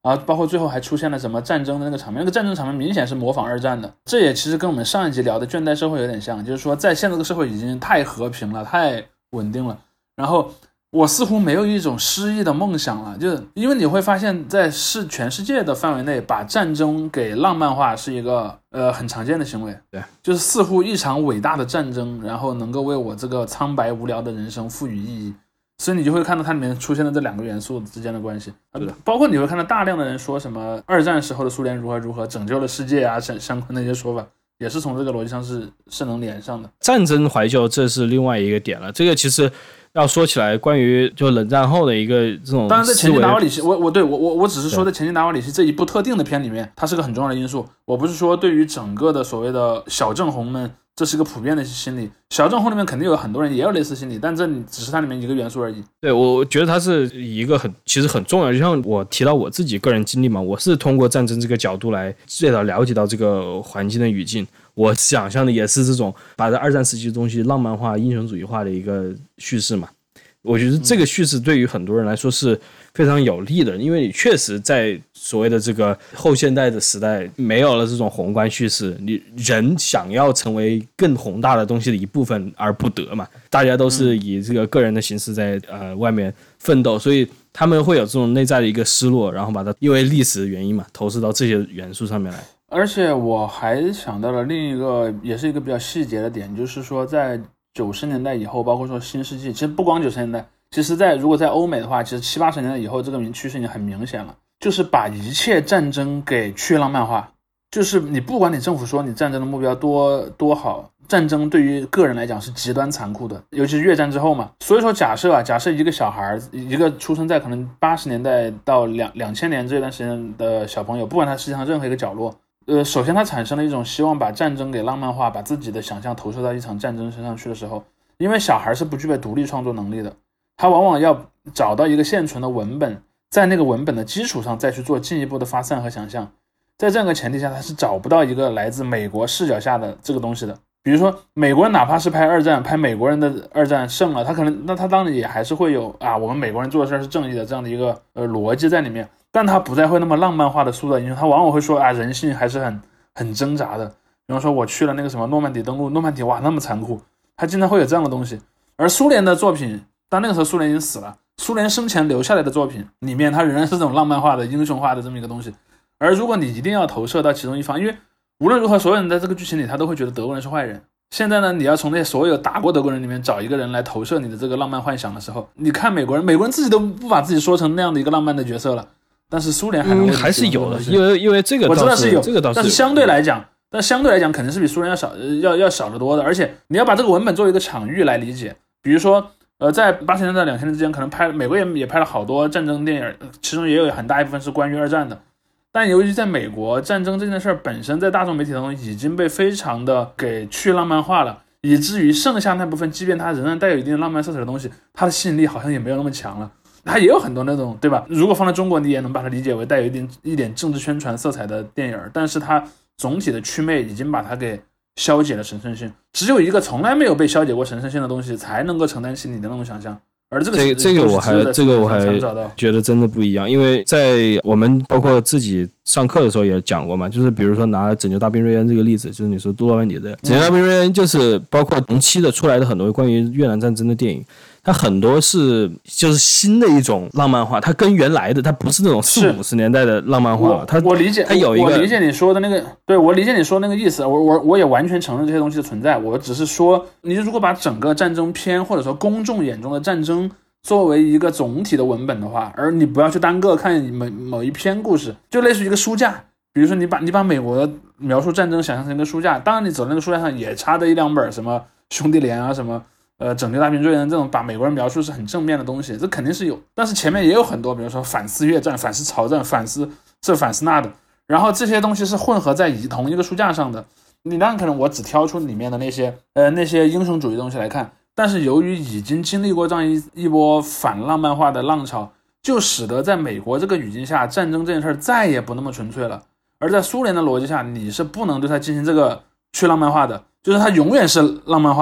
啊，包括最后还出现了什么战争的那个场面，那个战争场面明显是模仿二战的，这也其实跟我们上一集聊的倦怠社会有点像，就是说在现在这个社会已经太和平了，太稳定了，然后我似乎没有一种诗意的梦想了，就是因为你会发现在世全世界的范围内，把战争给浪漫化是一个呃很常见的行为， 对， 就是似乎一场伟大的战争，然后能够为我这个苍白无聊的人生赋予意义。所以你就会看到它里面出现的这两个元素之间的关系，包括你会看到大量的人说什么二战时候的苏联如何如何拯救了世界啊，相关的一些说法，也是从这个逻辑上是是能连上的。 战争怀旧这是另外一个点了，这个其实要说起来，关于就冷战后的一个这种， 当然在前进达瓦里希，我我对我我我只是说在前进达瓦里希这一部特定的片里面，它是个很重要的因素。我不是说对于整个的所谓的小正红们，这是一个普遍的心理。小正红里面肯定有很多人也有类似心理，但这只是它里面一个元素而已。 对，我觉得它是一个很其实很重要，就像我提到我自己个人经历嘛，我是通过战争这个角度来最早了解到这个环境的语境。我想象的也是这种把这二战时期的东西浪漫化、英雄主义化的一个叙事嘛。我觉得这个叙事对于很多人来说是非常有利的，因为你确实在所谓的这个后现代的时代没有了这种宏观叙事，你人想要成为更宏大的东西的一部分而不得嘛，大家都是以这个个人的形式在呃外面奋斗，所以他们会有这种内在的一个失落，然后把它因为历史原因嘛投射到这些元素上面来。 而且我还想到了另一个也是一个比较细节的点，就是说在九十年代以后，包括说新世纪，其实不光九十年代，其实在如果在欧美的话，其实七八十年代以后这个趋势已经很明显了，就是把一切战争给去浪漫化。就是你不管你政府说你战争的目标多多好，战争对于个人来讲是极端残酷的，尤其是越战之后嘛。所以说假设啊，假设一个小孩，一个出生在可能八十年代到两两千年这段时间的小朋友，不管他世界上任何一个角落，呃，首先他产生了一种希望把战争给浪漫化，把自己的想象投射到一场战争身上去的时候，因为小孩是不具备独立创作能力的，他往往要找到一个现存的文本，在那个文本的基础上再去做进一步的发散和想象。在这样的前提下，他是找不到一个来自美国视角下的这个东西的。比如说美国人哪怕是拍二战，拍美国人的二战胜了，他可能那他当然也还是会有啊，我们美国人做的事是正义的这样的一个呃逻辑在里面，但他不再会那么浪漫化的塑造英雄，他往往会说啊，人性还是很很挣扎的。比方说我去了那个什么诺曼底登陆，诺曼底哇那么残酷，他经常会有这样的东西。而苏联的作品，但那个时候苏联已经死了，苏联生前留下来的作品里面，它仍然是这种浪漫化的英雄化的这么一个东西。而如果你一定要投射到其中一方，因为无论如何所有人在这个剧情里他都会觉得德国人是坏人，现在呢你要从那些所有打过德国人里面找一个人来投射你的这个浪漫幻想的时候，你看美国人美国人自己都不把自己说成那样的一个浪漫的角色了，但是苏联还能、 嗯、还是有的，因为因为这个我知道是有， 这个倒是有， 但是相对来讲但相对来讲肯定是比苏联要少要要少得多的。而且你要把这个文本作为一个场域来理解，比如说呃，在八十年代两千年之间，可能拍美国也也拍了好多战争电影，其中也有很大一部分是关于二战的。但由于在美国战争这件事儿本身在大众媒体当中已经被非常的给去浪漫化了，以至于剩下那部分即便它仍然带有一定浪漫色彩的东西，它的吸引力好像也没有那么强了。它也有很多那种对吧，如果放在中国你也能把它理解为带有一点一点政治宣传色彩的电影，但是它总体的祛魅已经把它给消解了神圣性。只有一个从来没有被消解过神圣性的东西才能够承担起你的那种想象。而这个这这个我还这个我还觉得真的不一样，因为在我们包括自己上课的时候也讲过嘛，就是比如说拿拯救大兵瑞恩这个例子，就是你说杜洛曼迪的拯救大兵瑞恩，就是包括同期的出来的很多关于越南战争的电影，它很多是就是新的一种浪漫化，它跟原来的它不是那种四五十年代的浪漫化，它我理解， 它有一个我理解你说的那个，对我理解你说的那个意思，我我我也完全承认这些东西的存在，我只是说，你如果把整个战争片或者说公众眼中的战争作为一个总体的文本的话，而你不要去单个看某某一篇故事，就类似于一个书架。比如说你把你把美国描述战争想象成一个书架，当然你走在那个书架上也插着一两本什么兄弟连啊，什么呃拯救大兵瑞恩这种把美国人描述是很正面的东西，这肯定是有。但是前面也有很多，比如说反思越战、反思朝战、反思这反思那的，然后这些东西是混合在同一个书架上的。你当然可能我只挑出里面的那些呃那些英雄主义的东西来看。但是由于已经经历过这样 一, 一波反浪漫化的浪潮，就使得在美国这个语境下，战争这件事再也不那么纯粹了。而在苏联的逻辑下，你是不能对它进行这个去浪漫化的，就是它永远是浪漫化的。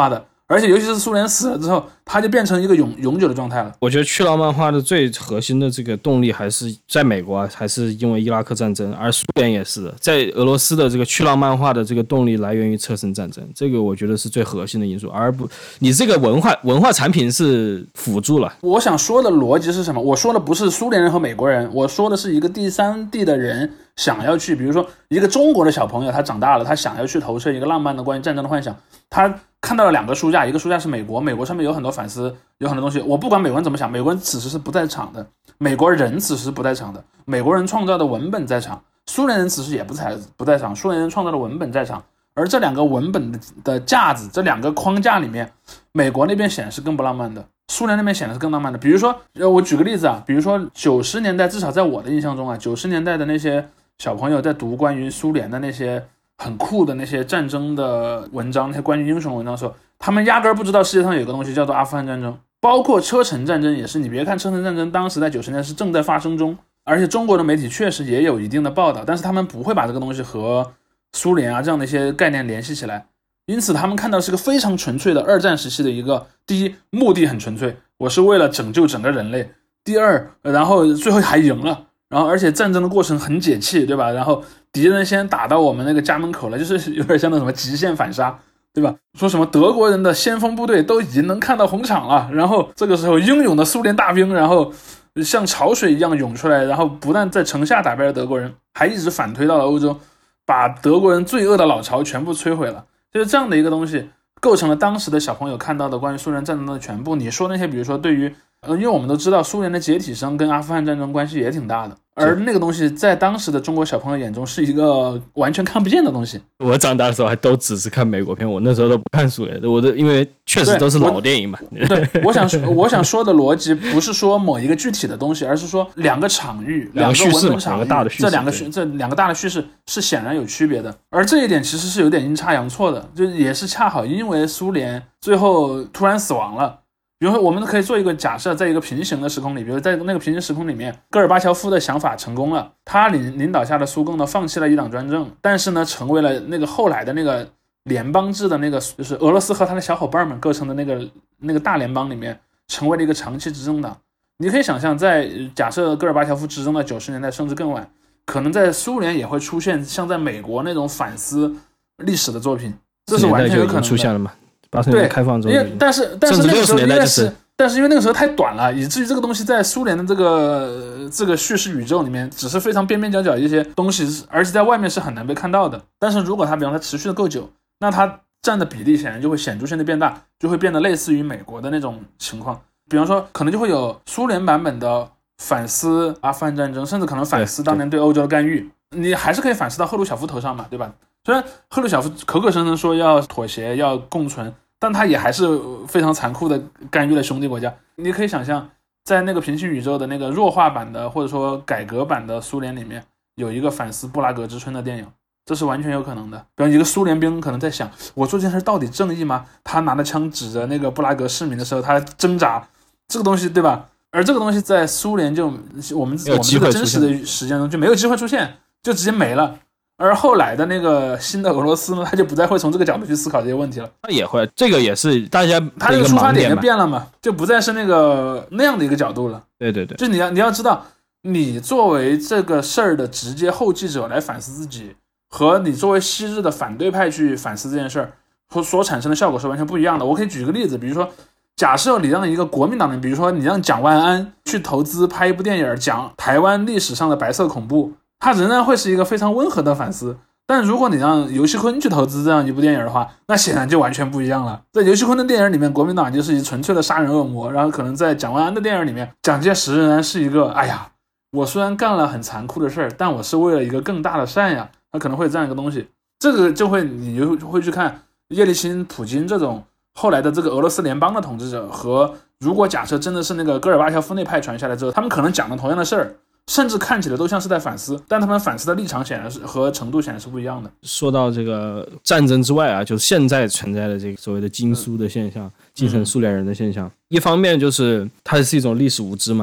而且尤其是苏联死了之后，它就变成一个永永久的状态了。 我觉得去浪漫化的最核心的这个动力还是在美国，还是因为伊拉克战争，而苏联也是的，在俄罗斯的这个去浪漫化的这个动力来源于车臣战争，这个我觉得是最核心的因素，而不你这个文化文化产品是辅助了。 我想说的逻辑是什么？我说的不是苏联人和美国人，我说的是一个第三地的人想要去，比如说一个中国的小朋友，他长大了，他想要去投射一个浪漫的关于战争的幻想，他看到了两个书架，一个书架是美国，美国上面有很多反思，有很多东西，我不管美国人怎么想，美国人此时是不在场的，美国人此时是不在场的，美国人创造的文本在场，苏联人此时也不在不在场，苏联人创造的文本在场，而这两个文本 的, 的架子，这两个框架里面，美国那边显然是更不浪漫的，苏联那边显然是更浪漫的。比如说我举个例子啊，比如说九十年代，至少在我的印象中啊，九十年代的那些小朋友在读关于苏联的那些很酷的那些战争的文章，那些关于英雄的文章的时候，他们压根儿不知道世界上有个东西叫做阿富汗战争，包括车臣战争也是。你别看车臣战争当时在九十年代是正在发生中，而且中国的媒体确实也有一定的报道，但是他们不会把这个东西和苏联啊这样的一些概念联系起来，因此他们看到是个非常纯粹的二战时期的一个，第一目的很纯粹，我是为了拯救整个人类，第二然后最后还赢了，然后而且战争的过程很解气，对吧？然后敌人先打到我们那个家门口了，就是有点像那什么极限反杀，对吧？说什么德国人的先锋部队都已经能看到红场了，然后这个时候英勇的苏联大兵然后像潮水一样涌出来，然后不但在城下打败了德国人，还一直反推到了欧洲，把德国人罪恶的老巢全部摧毁了。就是这样的一个东西构成了当时的小朋友看到的关于苏联战争的全部。你说那些比如说对于呃，因为我们都知道苏联的解体声跟阿富汗战争关系也挺大的，而那个东西在当时的中国小朋友眼中是一个完全看不见的东西。 我长大的时候还都只是看美国片，我那时候都不看苏联的，我的因为确实都是老电影嘛。 对，我, 我想我想说的逻辑不是说某一个具体的东西，而是说两个场域、 两个叙事嘛， 两个大的叙事， 这两个这两个大的叙事是显然有区别的。而这一点其实是有点阴差阳错的，就也是恰好因为苏联最后突然死亡了。比如说我们可以做一个假设，在一个平行的时空里，比如在那个平行时空里面，戈尔巴乔夫的想法成功了，他领领导下的苏共呢放弃了一党专政，但是呢成为了那个后来的那个联邦制的那个，就是俄罗斯和他的小伙伴们构成的那个那个大联邦里面，成为了一个长期执政党。你可以想象，在假设戈尔巴乔夫执政到九十年代甚至更晚，可能在苏联也会出现像在美国那种反思历史的作品，这是完全有可能的。 出现了吗？八十年代开放之后， 但是但是那个时候因为是， 但是因为那个时候太短了，以至于这个东西在苏联的这个这个叙事宇宙里面只是非常边边角角一些东西，而且在外面是很难被看到的。但是如果它比方它持续的够久，那它占的比例显然就会显著性的变大，就会变得类似于美国的那种情况。比方说，可能就会有苏联版本的反思阿富汗战争，甚至可能反思当年对欧洲的干预。你还是可以反思到赫鲁晓夫头上嘛，对吧？虽然赫鲁晓夫口口声声说要妥协要共存，但他也还是非常残酷的干预了兄弟国家。你可以想象在那个平行宇宙的那个弱化版的或者说改革版的苏联里面，有一个反思布拉格之春的电影，这是完全有可能的。比方一个苏联兵可能在想，我做这件事到底正义吗？他拿着枪指着那个布拉格市民的时候，他挣扎，这个东西对吧？而这个东西在苏联就我们我们这个真实的时间中就没有机会出现，就直接没了。而后来的那个新的俄罗斯呢，他就不再会从这个角度去思考这些问题了。 他也会，这个也是大家他这个出发点就变了嘛，就不再是那个那样的一个角度了。 对对对， 就你要你要知道，你作为这个事儿的直接后继者来反思自己，和你作为昔日的反对派去反思这件事儿，和所产生的效果是完全不一样的。我可以举个例子，比如说，假设你让一个国民党人，比如说你让蒋万安去投资拍一部电影讲台湾历史上的白色恐怖，它仍然会是一个非常温和的反思。但如果你让游锡堃去投资这样一部电影的话，那显然就完全不一样了。在游锡堃的电影里面，国民党就是一纯粹的杀人恶魔，然后可能在蒋万安的电影里面，蒋介石仍然是一个，哎呀，我虽然干了很残酷的事儿，但我是为了一个更大的善呀，他可能会这样一个东西。这个就会你就会去看叶利钦、普京这种后来的这个俄罗斯联邦的统治者，和如果假设真的是那个戈尔巴乔夫那派传下来之后，他们可能讲的同样的事儿，甚至看起来都像是在反思，但他们反思的立场显然是和程度显然是不一样的。 说到这个战争之外啊，就是现在存在的这个所谓的经苏的现象，继承苏联人的现象，嗯、一方面就是它是一种历史无知嘛，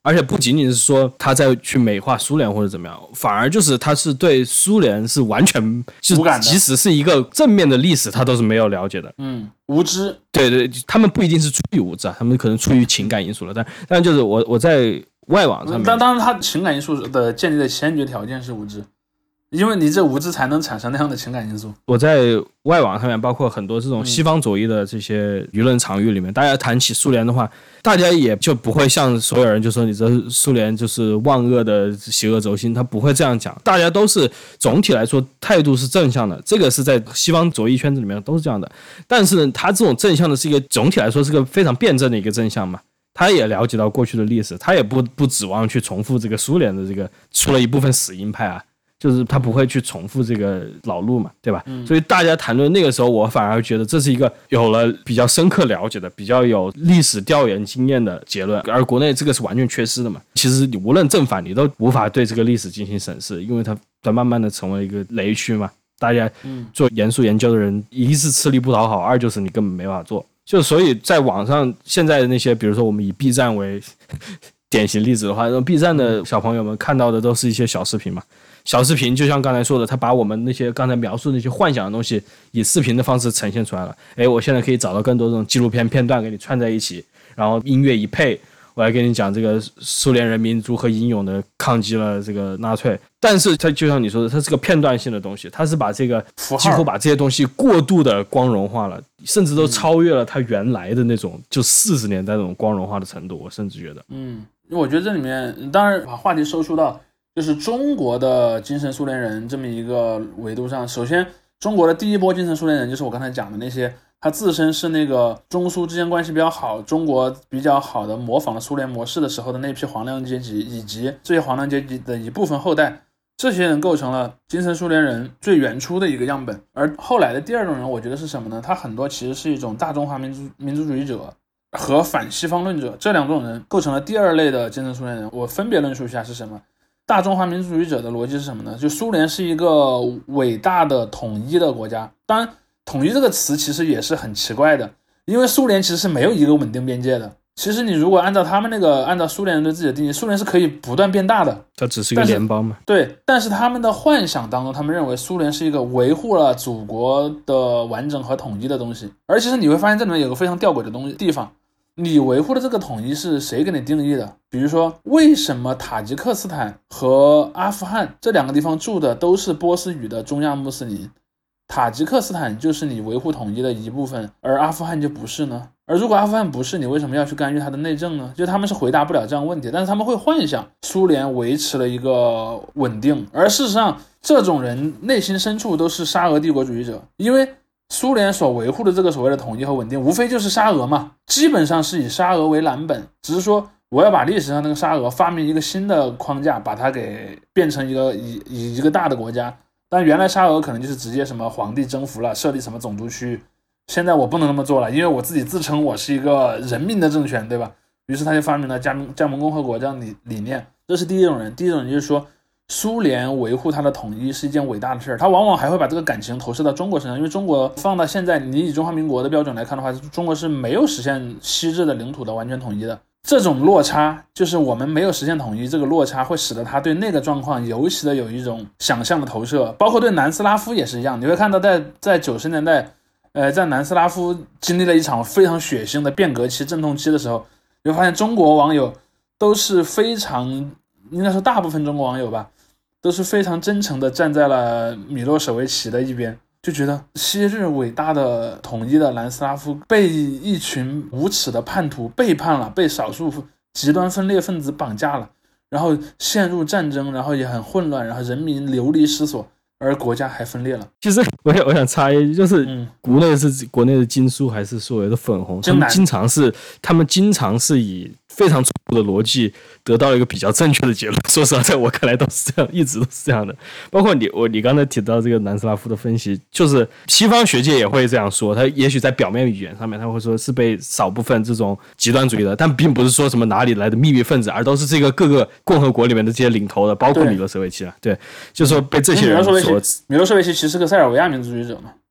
而且不仅仅是说他在去美化苏联或者怎么样，反而就是他是对苏联是完全就即使是一个正面的历史他都是没有了解的。 嗯，无知。 对对，他们不一定是出于无知啊，他们可能出于情感因素了。但但就是我我在外网上面， 但当然他情感因素的建立的先决条件是无知。因为你这无知才能产生那样的情感因素。 我在外网上面，包括很多这种西方左翼的这些舆论场域里面，嗯、大家谈起苏联的话，大家也就不会像所有人就说你这苏联就是万恶的邪恶轴心，他不会这样讲。大家都是总体来说态度是正向的，这个是在西方左翼圈子里面都是这样的。但是呢，他这种正向的是一个总体来说是个非常辩证的一个正向嘛。他也了解到过去的历史，他也不不指望去重复这个苏联的这个出了一部分死鹰派啊。就是他不会去重复这个老路嘛，对吧？嗯、所以大家谈论那个时候，我反而觉得这是一个有了比较深刻了解的、比较有历史调研经验的结论，而国内这个是完全缺失的嘛。其实你无论正反，你都无法对这个历史进行审视，因为它它慢慢的成为一个雷区嘛。大家做严肃研究的人，一是吃力不讨好，二就是你根本没法做。就所以在网上现在的那些，比如说我们以 B 站为典型例子的话 ，B 站的小朋友们看到的都是一些小视频嘛。小视频就像刚才说的，他把我们那些刚才描述的那些幻想的东西以视频的方式呈现出来了。诶，我现在可以找到更多这种纪录片片段给你串在一起，然后音乐一配，我来跟你讲这个苏联人民如何英勇的抗击了这个纳粹。但是它就像你说的，它是个片段性的东西，它是把这个几乎把这些东西过度的光荣化了，甚至都超越了它原来的那种就四十年代那种光荣化的程度。我甚至觉得， 嗯，我觉得这里面当然把话题收束到就是中国的精神苏联人这么一个维度上，首先中国的第一波精神苏联人就是我刚才讲的那些他自身是那个中苏之间关系比较好，中国比较好的模仿了苏联模式的时候的那批黄梁阶级，以及这些黄梁阶级的一部分后代，这些人构成了精神苏联人最原初的一个样本。而后来的第二种人我觉得是什么呢？他很多其实是一种大中华民族民族主义者和反西方论者，这两种人构成了第二类的精神苏联人。我分别论述一下是什么。大中华民族主义者的逻辑是什么呢？就苏联是一个伟大的统一的国家。当然统一这个词其实也是很奇怪的，因为苏联其实是没有一个稳定边界的。其实你如果按照他们那个按照苏联人对自己的定义，苏联是可以不断变大的， 它只是一个联邦嘛。 对，但是他们的幻想当中，他们认为苏联是一个维护了祖国的完整和统一的东西。而其实你会发现这里面有个非常吊诡的东西地方，你维护的这个统一是谁给你定义的？比如说为什么塔吉克斯坦和阿富汗这两个地方住的都是波斯语的中亚穆斯林，塔吉克斯坦就是你维护统一的一部分，而阿富汗就不是呢？而如果阿富汗不是，你为什么要去干预它的内政呢？就他们是回答不了这样问题，但是他们会幻想苏联维持了一个稳定，而事实上这种人内心深处都是沙俄帝国主义者，因为苏联所维护的这个所谓的统一和稳定无非就是沙俄嘛，基本上是以沙俄为蓝本，只是说我要把历史上那个沙俄发明一个新的框架，把它给变成一个以以一个大的国家。但原来沙俄可能就是直接什么皇帝征服了，设立什么总督区，现在我不能那么做了，因为我自己自称我是一个人民的政权，对吧？于是他就发明了加盟加盟共和国这样的理念。这是第一种人。第一种人就是说苏联维护它的统一是一件伟大的事儿，他往往还会把这个感情投射到中国身上，因为中国放到现在，你以中华民国的标准来看的话，中国是没有实现西至的领土的完全统一的。这种落差，就是我们没有实现统一，这个落差会使得他对那个状况尤其的有一种想象的投射，包括对南斯拉夫也是一样。你会看到在在九十年代，呃，在南斯拉夫经历了一场非常血腥的变革期、阵痛期的时候，你会发现中国网友都是非常，应该说大部分中国网友吧，都是非常真诚的站在了米洛舍维奇的一边，就觉得昔日伟大的统一的南斯拉夫被一群无耻的叛徒背叛了，被少数极端分裂分子绑架了，然后陷入战争，然后也很混乱，然后人民流离失所，而国家还分裂了。 其实我想我想插一句，就是国内是国内的金苏还是所谓的粉红，他们经常是他们经常是以非常错误的逻辑得到了一个比较正确的结论。说实话，在我看来都是这样，一直都是这样的。包括你我你刚才提到这个南斯拉夫的分析，就是西方学界也会这样说，他也许在表面语言上面他会说是被少部分这种极端主义的，但并不是说什么哪里来的秘密分子，而都是这个各个共和国里面的这些领头的，包括米洛舍维奇啊，对，就是说被这些人所米洛舍维奇其实是个塞尔维亚民族主义者嘛。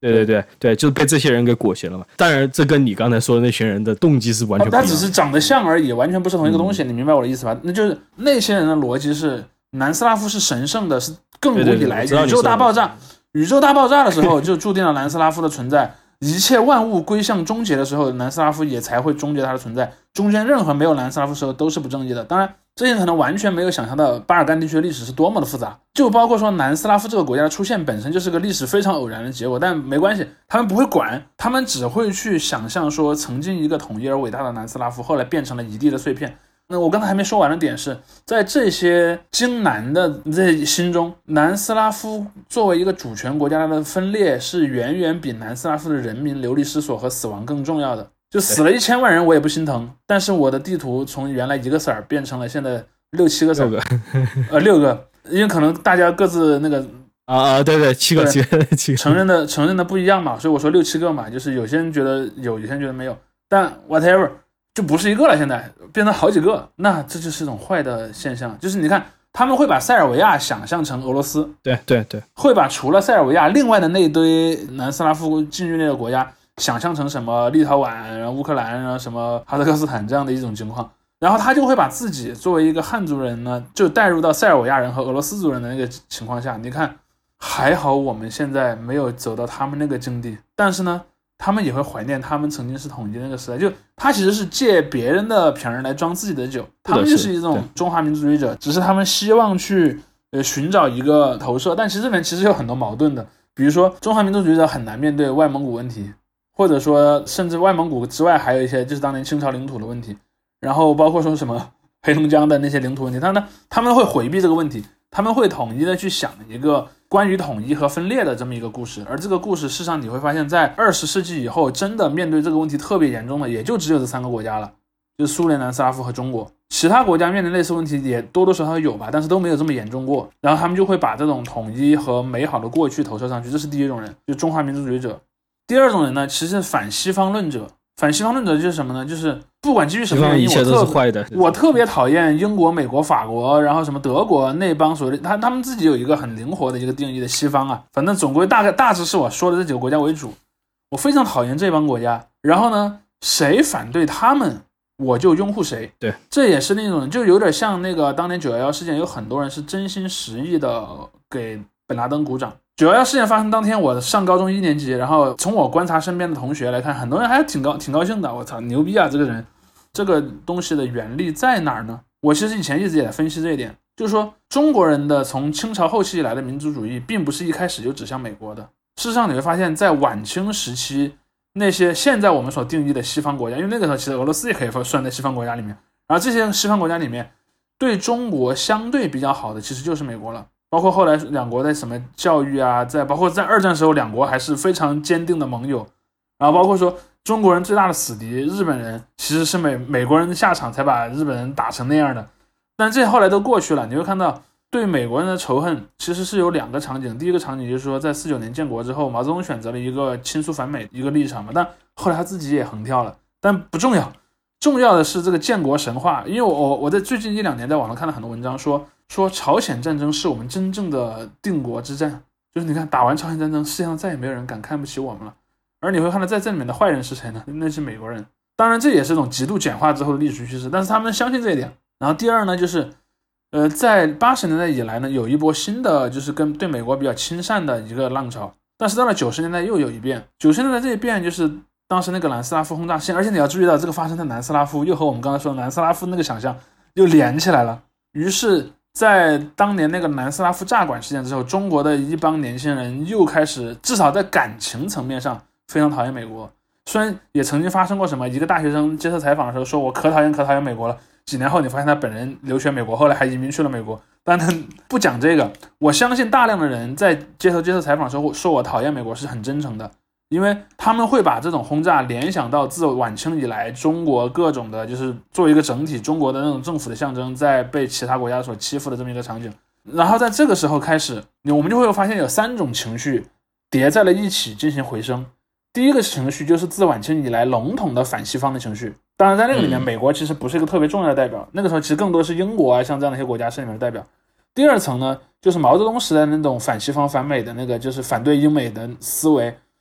对对对对，就是被这些人给裹挟了嘛。当然，这跟你刚才说的那群人的动机是完全不一样的。 他只是长得像而已，完全不是同一个东西。嗯、你明白我的意思吧？那就是那些人的逻辑是，南斯拉夫是神圣的，是亘古以来宇宙大爆炸，宇宙大爆炸的时候就注定了南斯拉夫的存在。一切万物归向终结的时候，南斯拉夫也才会终结它的存在。中间任何没有南斯拉夫的时候都是不正义的。当然，这些可能完全没有想象到巴尔干地区的历史是多么的复杂，就包括说南斯拉夫这个国家的出现本身就是个历史非常偶然的结果，但没关系，他们不会管，他们只会去想象说曾经一个统一而伟大的南斯拉夫后来变成了一地的碎片。那我刚才还没说完的点是，在这些京南的这心中，南斯拉夫作为一个主权国家的分裂是远远比南斯拉夫的人民流离失所和死亡更重要的。就死了一千万人我也不心疼，但是我的地图从原来一个色儿变成了现在六七个色儿，六个呃六个，因为可能大家各自那个啊啊对对七个七个七个承认的承认的不一样嘛，所以我说六七个嘛，就是有些人觉得有，有些人觉得没有，但 whatever。就不是一个了，现在变成好几个，那这就是一种坏的现象。就是你看，他们会把塞尔维亚想象成俄罗斯， 对对对， 会把除了塞尔维亚另外的那一堆南斯拉夫境域内的国家想象成什么立陶宛、然后乌克兰、然后什么哈萨克斯坦这样的一种情况，然后他就会把自己作为一个汉族人呢，就带入到塞尔维亚人和俄罗斯族人的那个情况下。你看，还好我们现在没有走到他们那个境地，但是呢。他们也会怀念他们曾经是统一的那个时代，就他其实是借别人的瓶来装自己的酒，他们就是一种中华民族主义者，只是他们希望去呃寻找一个投射，但其实这边其实有很多矛盾的，比如说中华民族主义者很难面对外蒙古问题，或者说甚至外蒙古之外还有一些就是当年清朝领土的问题，然后包括说什么黑龙江的那些领土问题，他呢他们会回避这个问题，他们会统一的去想一个关于统一和分裂的这么一个故事，而这个故事事实上你会发现在二十世纪以后真的面对这个问题特别严重的也就只有这三个国家了，就是苏联、南斯拉夫和中国，其他国家面临类似问题也多多少少有吧，但是都没有这么严重过，然后他们就会把这种统一和美好的过去投射上去，这是第一种人，就中华民族主义者。第二种人呢，其实是反西方论者。反西方论者就是什么呢？就是不管基于什么原因， 一切都是坏的。 我特别讨厌英国、美国、法国，然后什么德国那帮所谓的他他们自己有一个很灵活的一个定义的西方啊，反正总归大概大致是我说的这几个国家为主。我非常讨厌这帮国家，然后呢，谁反对他们，我就拥护谁。 对， 这也是那种就有点像那个当年九一一事件，有很多人是真心实意的给本拉登鼓掌。九一一事件发生当天，我上高中一年级，然后从我观察身边的同学来看，很多人还挺高挺高兴的。我操，牛逼啊！这个人，这个东西的原理在哪儿呢？我其实以前一直也在分析这一点，就是说中国人的从清朝后期以来的民族主义，并不是一开始就指向美国的。事实上，你会发现在晚清时期，那些现在我们所定义的西方国家，因为那个时候其实俄罗斯也可以算在西方国家里面，然后这些西方国家里面，对中国相对比较好的，其实就是美国了。包括后来两国在什么教育啊，在包括在二战时候两国还是非常坚定的盟友，然后包括说中国人最大的死敌日本人其实是美美国人的下场才把日本人打成那样的，但这后来都过去了。你会看到对美国人的仇恨其实是有两个场景，第一个场景就是说在四九年建国之后，毛泽东选择了一个亲苏反美一个立场嘛，但后来他自己也横跳了，但不重要，重要的是这个建国神话。因为我我在最近一两年在网上看了很多文章说说朝鲜战争是我们真正的定国之战，就是你看打完朝鲜战争，世界上再也没有人敢看不起我们了。而你会看到在这里面的坏人是谁呢？那是美国人。当然这也是一种极度简化之后的历史趋势，但是他们相信这一点。然后第二呢，就是呃，在八十年代以来呢，有一波新的就是跟对美国比较亲善的一个浪潮，但是到了九十年代又有一变。九十年代这一变就是当时那个南斯拉夫轰炸线，而且你要注意到这个发生在南斯拉夫，又和我们刚才说的南斯拉夫那个想象又连起来了。于是在当年那个南斯拉夫炸馆事件之后，中国的一帮年轻人又开始至少在感情层面上非常讨厌美国。虽然也曾经发生过什么一个大学生接受采访的时候说我可讨厌可讨厌美国了，几年后你发现他本人留学美国，后来还移民去了美国，但他不讲这个。我相信大量的人在接受接受采访的时候说我讨厌美国是很真诚的，因为他们会把这种轰炸联想到自晚清以来中国各种的就是作为一个整体中国的那种政府的象征在被其他国家所欺负的这么一个场景。然后在这个时候开始我们就会发现有三种情绪叠在了一起进行回升。第一个情绪就是自晚清以来笼统的反西方的情绪，当然在那个里面美国其实不是一个特别重要的代表，那个时候其实更多是英国啊像这样的一些国家是里面的代表。第二层呢就是毛泽东时代的那种反西方反美的那个就是反对英美的思维，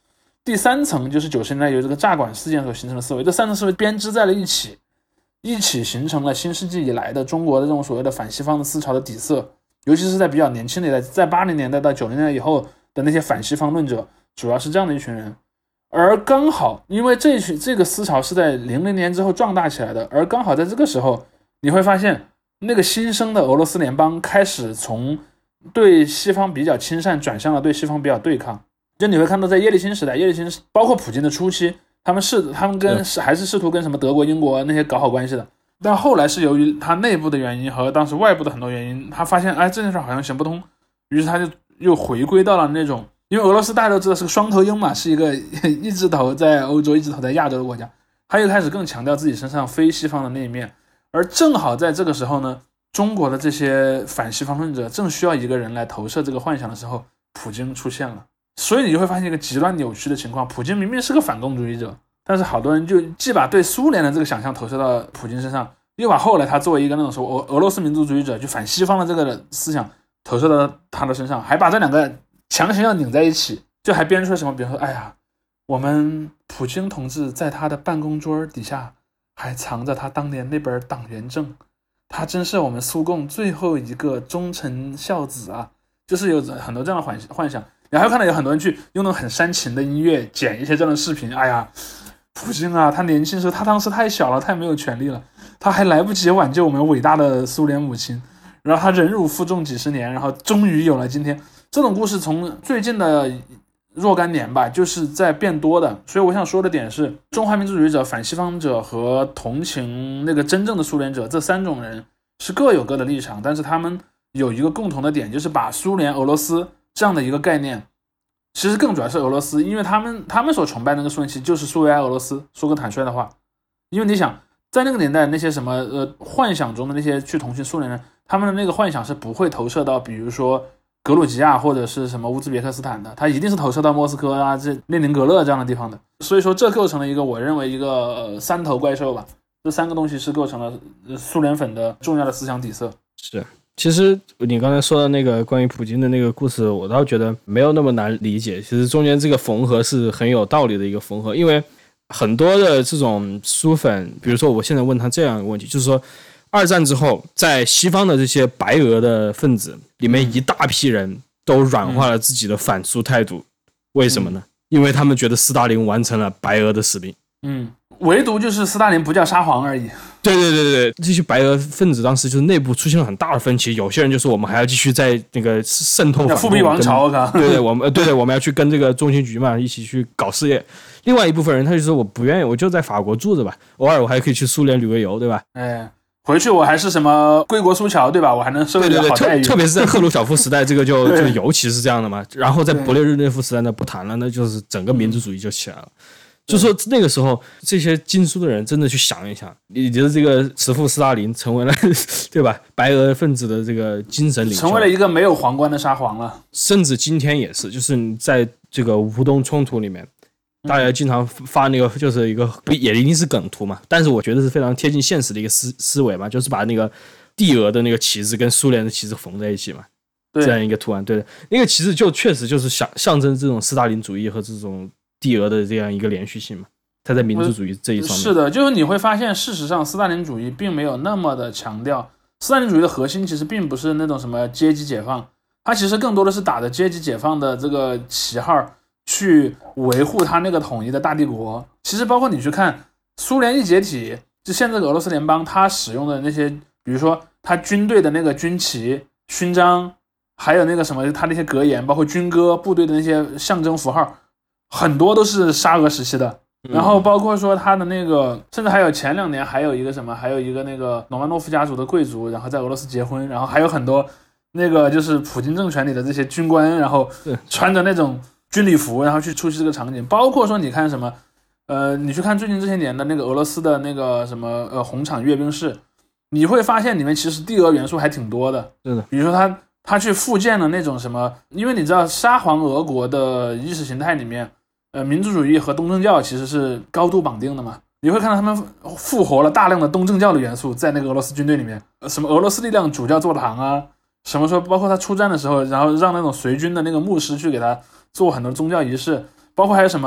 第三层就是九十年代由这个炸管事件所形成的思维，这三层思维编织在了一起，一起形成了新世纪以来的中国的这种所谓的反西方的思潮的底色，尤其是在比较年轻的一代，在八零年代到九零年代以后的那些反西方论者，主要是这样的一群人。而刚好因为这群这个思潮是在零零年之后壮大起来的，而刚好在这个时候你会发现那个新生的俄罗斯联邦开始从对西方比较亲善转向了对西方比较对抗。就你会看到在叶利钦时代，叶利钦包括普京的初期，他们是他们跟还是试图跟什么德国英国那些搞好关系的，但后来是由于他内部的原因和当时外部的很多原因，他发现哎这件事好像行不通，于是他就又回归到了那种，因为俄罗斯大家都知道是个双头鹰嘛，是一个一只头在欧洲一只头在亚洲的国家，他又开始更强调自己身上非西方的那一面。而正好在这个时候呢，中国的这些反西方论者正需要一个人来投射这个幻想的时候，普京出现了。所以你就会发现一个极端扭曲的情况，普京明明是个反共主义者，但是好多人就既把对苏联的这个想象投射到普京身上，又把后来他作为一个那种说俄俄罗斯民族主义者就反西方的这个思想投射到他的身上，还把这两个强行要拧在一起，就还编出了什么，比如说哎呀，我们普京同志在他的办公桌底下还藏着他当年那本党员证，他真是我们苏共最后一个忠臣孝子啊，就是有很多这样的幻幻想。然后看到有很多人去用那种很煽情的音乐剪一些这样的视频，哎呀，普京啊，他年轻时候他当时太小了，太没有权利了，他还来不及挽救我们伟大的苏联母亲，然后他忍辱负重几十年，然后终于有了今天。这种故事从最近的若干年吧，就是在变多的。所以我想说的点是，中华民族主义者、反西方者和同情那个真正的苏联者，这三种人是各有各的立场，但是他们有一个共同的点，就是把苏联、俄罗斯这样的一个概念，其实更主要是俄罗斯，因为他们他们所崇拜那个苏联其实就是苏维埃俄罗斯。说个坦率的话，因为你想在那个年代那些什么呃幻想中的那些去同情苏联人，他们的那个幻想是不会投射到比如说格鲁吉亚或者是什么乌兹别克斯坦的，他一定是投射到莫斯科啊、这列宁格勒这样的地方的。所以说这构成了一个我认为一个、呃、三头怪兽吧，这三个东西是构成了苏联粉的重要的思想底色。 是。其实你刚才说的那个关于普京的那个故事，我倒觉得没有那么难理解。其实中间这个缝合是很有道理的一个缝合，因为很多的这种苏粉，比如说我现在问他这样一个问题，就是说二战之后在西方的这些白俄的分子里面，一大批人都软化了自己的反苏态度，为什么呢？因为他们觉得斯大林完成了白俄的使命。 嗯，唯独就是斯大林不叫沙皇而已。 对对对对，这些白俄分子当时就是内部出现了很大的分歧，有些人就说我们还要继续在那个渗透复辟王朝， 对对，我们对对我们要去跟这个中情局嘛一起去搞事业。另外一部分人他就说我不愿意，我就在法国住着吧，偶尔我还可以去苏联旅个游，对吧？ 哎，回去我还是什么归国苏侨，对吧？我还能受一点好待遇。 对对对，特特别是在赫鲁晓夫时代，这个就就尤其是这样的嘛。然后在勃列日涅夫时代呢不谈了，那就是整个民族主义就起来了。就说那个时候这些经苏的人真的去想一想，你觉得这个慈父斯大林成为了对吧白俄分子的这个精神领袖， 成为了一个没有皇冠的沙皇了。 甚至今天也是，就是你在这个乌东冲突里面，大家经常发那个就是一个也一定是梗图嘛，但是我觉得是非常贴近现实的一个思思维嘛，就是把那个帝俄的那个旗帜跟苏联的旗帜缝在一起嘛，这样一个图案。对的，那个旗帜就确实就是象象征这种斯大林主义和这种帝俄的这样一个连续性嘛，它在民族主义这一方面是的，就是你会发现事实上斯大林主义并没有那么的强调，斯大林主义的核心其实并不是那种什么阶级解放，它其实更多的是打着阶级解放的这个旗号去维护它那个统一的大帝国。其实包括你去看苏联一解体，就现在这个俄罗斯联邦它使用的那些，比如说它军队的那个军旗勋章，还有那个什么它那些格言，包括军歌部队的那些象征符号，很多都是沙俄时期的。然后包括说他的那个，甚至还有前两年还有一个什么，还有一个那个罗曼诺夫家族的贵族，然后在俄罗斯结婚，然后还有很多那个就是普京政权里的这些军官，然后穿着那种军礼服，然后去出席这个场景。包括说你看什么，呃，你去看最近这些年的那个俄罗斯的那个什么呃红场阅兵式，你会发现里面其实帝俄元素还挺多的。 是的， 比如说他他去复建了那种什么，因为你知道沙皇俄国的意识形态里面。呃，民族主义和东正教其实是高度绑定的嘛，你会看到他们复活了大量的东正教的元素在那个俄罗斯军队里面，什么俄罗斯力量主教座堂啊，什么说包括他出战的时候，然后让那种随军的那个牧师去给他做很多宗教仪式，包括还有什么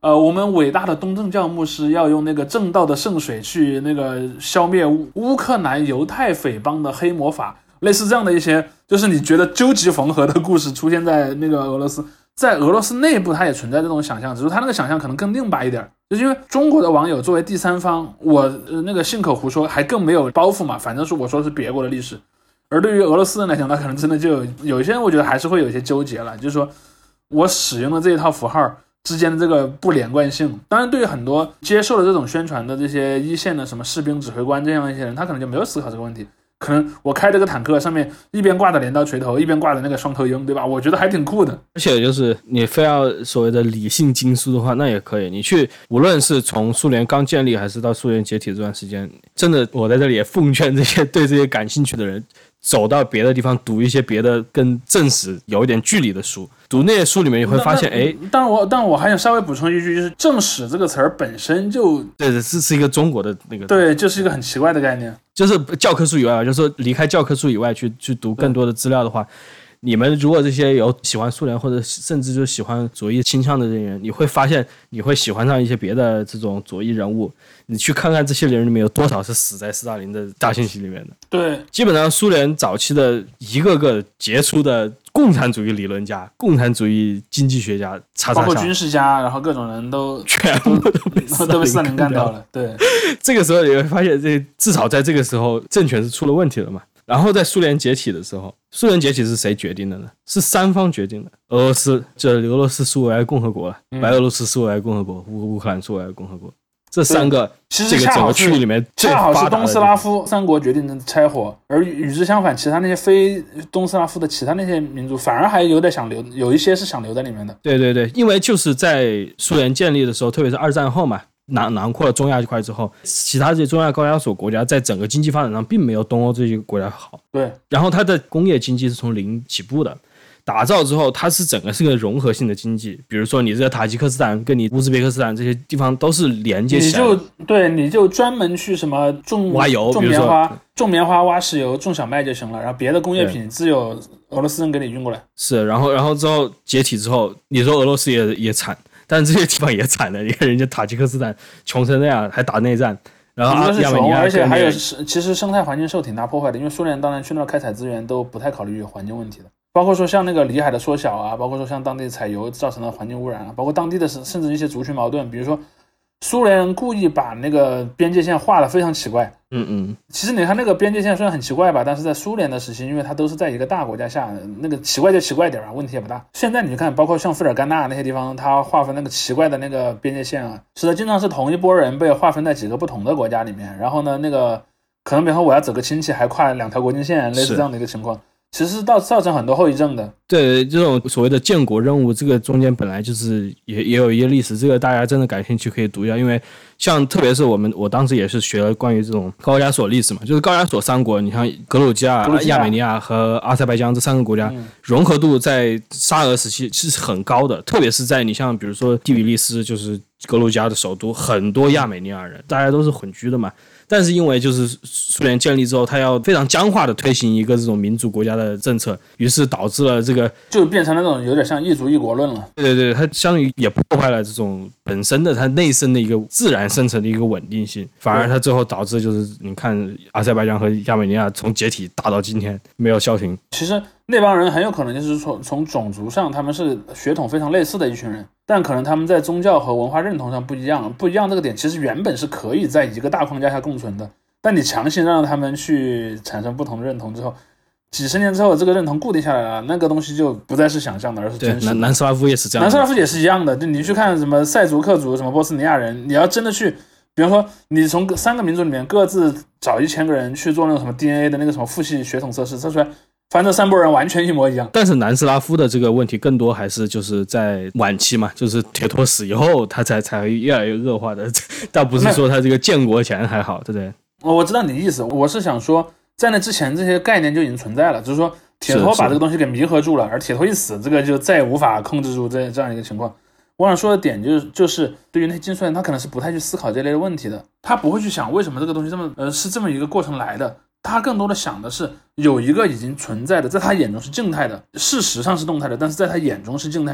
呃，我们伟大的东正教牧师要用那个正道的圣水去那个消灭乌克兰犹太匪帮的黑魔法，类似这样的一些，就是你觉得究极缝合的故事出现在那个俄罗斯。在俄罗斯内部它也存在这种想象，只是它那个想象可能更拧巴一点，就是因为中国的网友作为第三方，我、呃、那个信口胡说，还更没有包袱嘛，反正是我说的是别国的历史。而对于俄罗斯人来讲，他可能真的就有有一些人，我觉得还是会有一些纠结了，就是说我使用的这一套符号之间的这个不连贯性。当然对于很多接受了这种宣传的这些一线的什么士兵指挥官这样一些人，他可能就没有思考这个问题。可能我开这个坦克上面一边挂着镰刀锤头，一边挂着那个双头鹰，对吧？我觉得还挺酷的。 而且就是你非要所谓的理性经书的话，那也可以。你去无论是从苏联刚建立还是到苏联解体这段时间，真的我在这里也奉劝这些对这些感兴趣的人，走到别的地方读一些别的跟正史有一点距离的书，读那些书里面你会发现，哎， 但我但我还想稍微补充一句，就是正史这个词儿本身就对，这是一个中国的那个， 对，就是一个很奇怪的概念， 就是教科书以外，就是说离开教科书以外去去读更多的资料的话。你们如果这些有喜欢苏联或者甚至就喜欢左翼倾向的人员，你会发现你会喜欢上一些别的这种左翼人物，你去看看这些人里面有多少是死在斯大林的大信息里面的。 对， 基本上苏联早期的一个个杰出的共产主义理论家、共产主义经济学家，叉叉包括军事家，然后各种人都全部都被都被斯大林干掉了。对， 这个时候你会发现，这至少在这个时候政权是出了问题了嘛。然后在苏联解体的时候，苏联解体是谁决定的呢？是三方决定的。俄罗斯，这俄罗斯苏维埃共和国了，嗯、白俄罗斯苏维埃共和国，乌乌克兰苏维埃共和国，这三个这个整个区域里面最恰好是东斯拉夫三国决定的拆伙，而与之相反，其他那些非东斯拉夫的其他那些民族反而还有点想留，有一些是想留在里面的。 对对对，因为就是在苏联建立的时候，特别是二战后嘛。囊囊括了中亚这块之后，其他这些中亚高加索国家在整个经济发展上并没有东欧这些国家好。 对， 然后它的工业经济是从零起步的，打造之后它是整个是个融合性的经济。比如说你这个塔吉克斯坦跟你乌兹别克斯坦这些地方都是连接起来的， 你就对，你就专门去什么种挖油、 种棉花、种棉花、挖石油、种小麦就行了，然后别的工业品只有俄罗斯人给你运过来。 是，然后然后之后解体之后，你说俄罗斯也也惨。但这些地方也惨了，你看人家塔吉克斯坦穷成那样，还打内战，然后亚美尼亚， 而且还有其实生态环境受挺大破坏的，因为苏联当然去那儿开采资源都不太考虑环境问题的，包括说像那个里海的缩小啊，包括说像当地采油造成的环境污染啊，包括当地的甚至一些族群矛盾，比如说苏联人故意把那个边界线画得非常奇怪。 嗯嗯， 其实你看那个边界线虽然很奇怪吧，但是在苏联的时期，因为它都是在一个大国家下，那个奇怪就奇怪点啊，问题也不大。现在你去看，包括像费尔干纳那些地方，它划分那个奇怪的那个边界线啊，是的，经常是同一波人被划分在几个不同的国家里面，然后呢，那个可能比方说我要走个亲戚，还跨两条国境线，类似这样的一个情况。其实造造成很多后遗症的。 对，这种所谓的建国任务，这个中间本来就是也也有一些历史，这个大家真的感兴趣可以读一下。因为像特别是我们我当时也是学了关于这种高加索历史嘛，就是高加索三国，你像格鲁吉亚、亚美尼亚和阿塞拜疆这三个国家、嗯、融合度在沙俄时期是很高的，特别是在你像比如说第比利斯，就是格鲁吉亚的首都，很多亚美尼亚人，大家都是混居的嘛。但是因为就是苏联建立之后，他要非常僵化的推行一个这种民主国家的政策，于是导致了这个就变成了那种有点像一族一国论了。 对对对，它相当于也破坏了这种本身的它内生的一个自然生成的一个稳定性，反而它最后导致就是你看阿塞拜疆和亚美尼亚从解体打到今天没有消停。 其实那帮人很有可能就是从从种族上他们是血统非常类似的一群人，但可能他们在宗教和文化认同上不一样。不一样这个点其实原本是可以在一个大框架下共存的，但你强行让他们去产生不同的认同之后，几十年之后这个认同固定下来了，那个东西就不再是想象的，而是真实的。 南南斯拉夫也是这样的， 南斯拉夫也是一样的。就你去看什么塞族、克族、什么波斯尼亚人，你要真的去比方说你从三个民族里面各自找一千个人去做那种什么 D N A 的那个什么父系血统测试，测出来反正三拨人完全一模一样。 但是南斯拉夫的这个问题更多还是就是在晚期嘛，就是铁托死以后它才才会越来越恶化的，倒不是说它这个建国前还好，对不对？ 我知道你的意思，我是想说在那之前这些概念就已经存在了，就是说铁托把这个东西给弥合住了，而铁托一死，这个就再也无法控制住这这样一个情况。我想说的点就是就是对于那些精算人，他可能是不太去思考这类的问题的，他不会去想为什么这个东西这么呃是这么一个过程来的，他更多的想的是有一个已经存在的，在他眼中是静态的，事实上是动态的，但是在他眼中是静态的，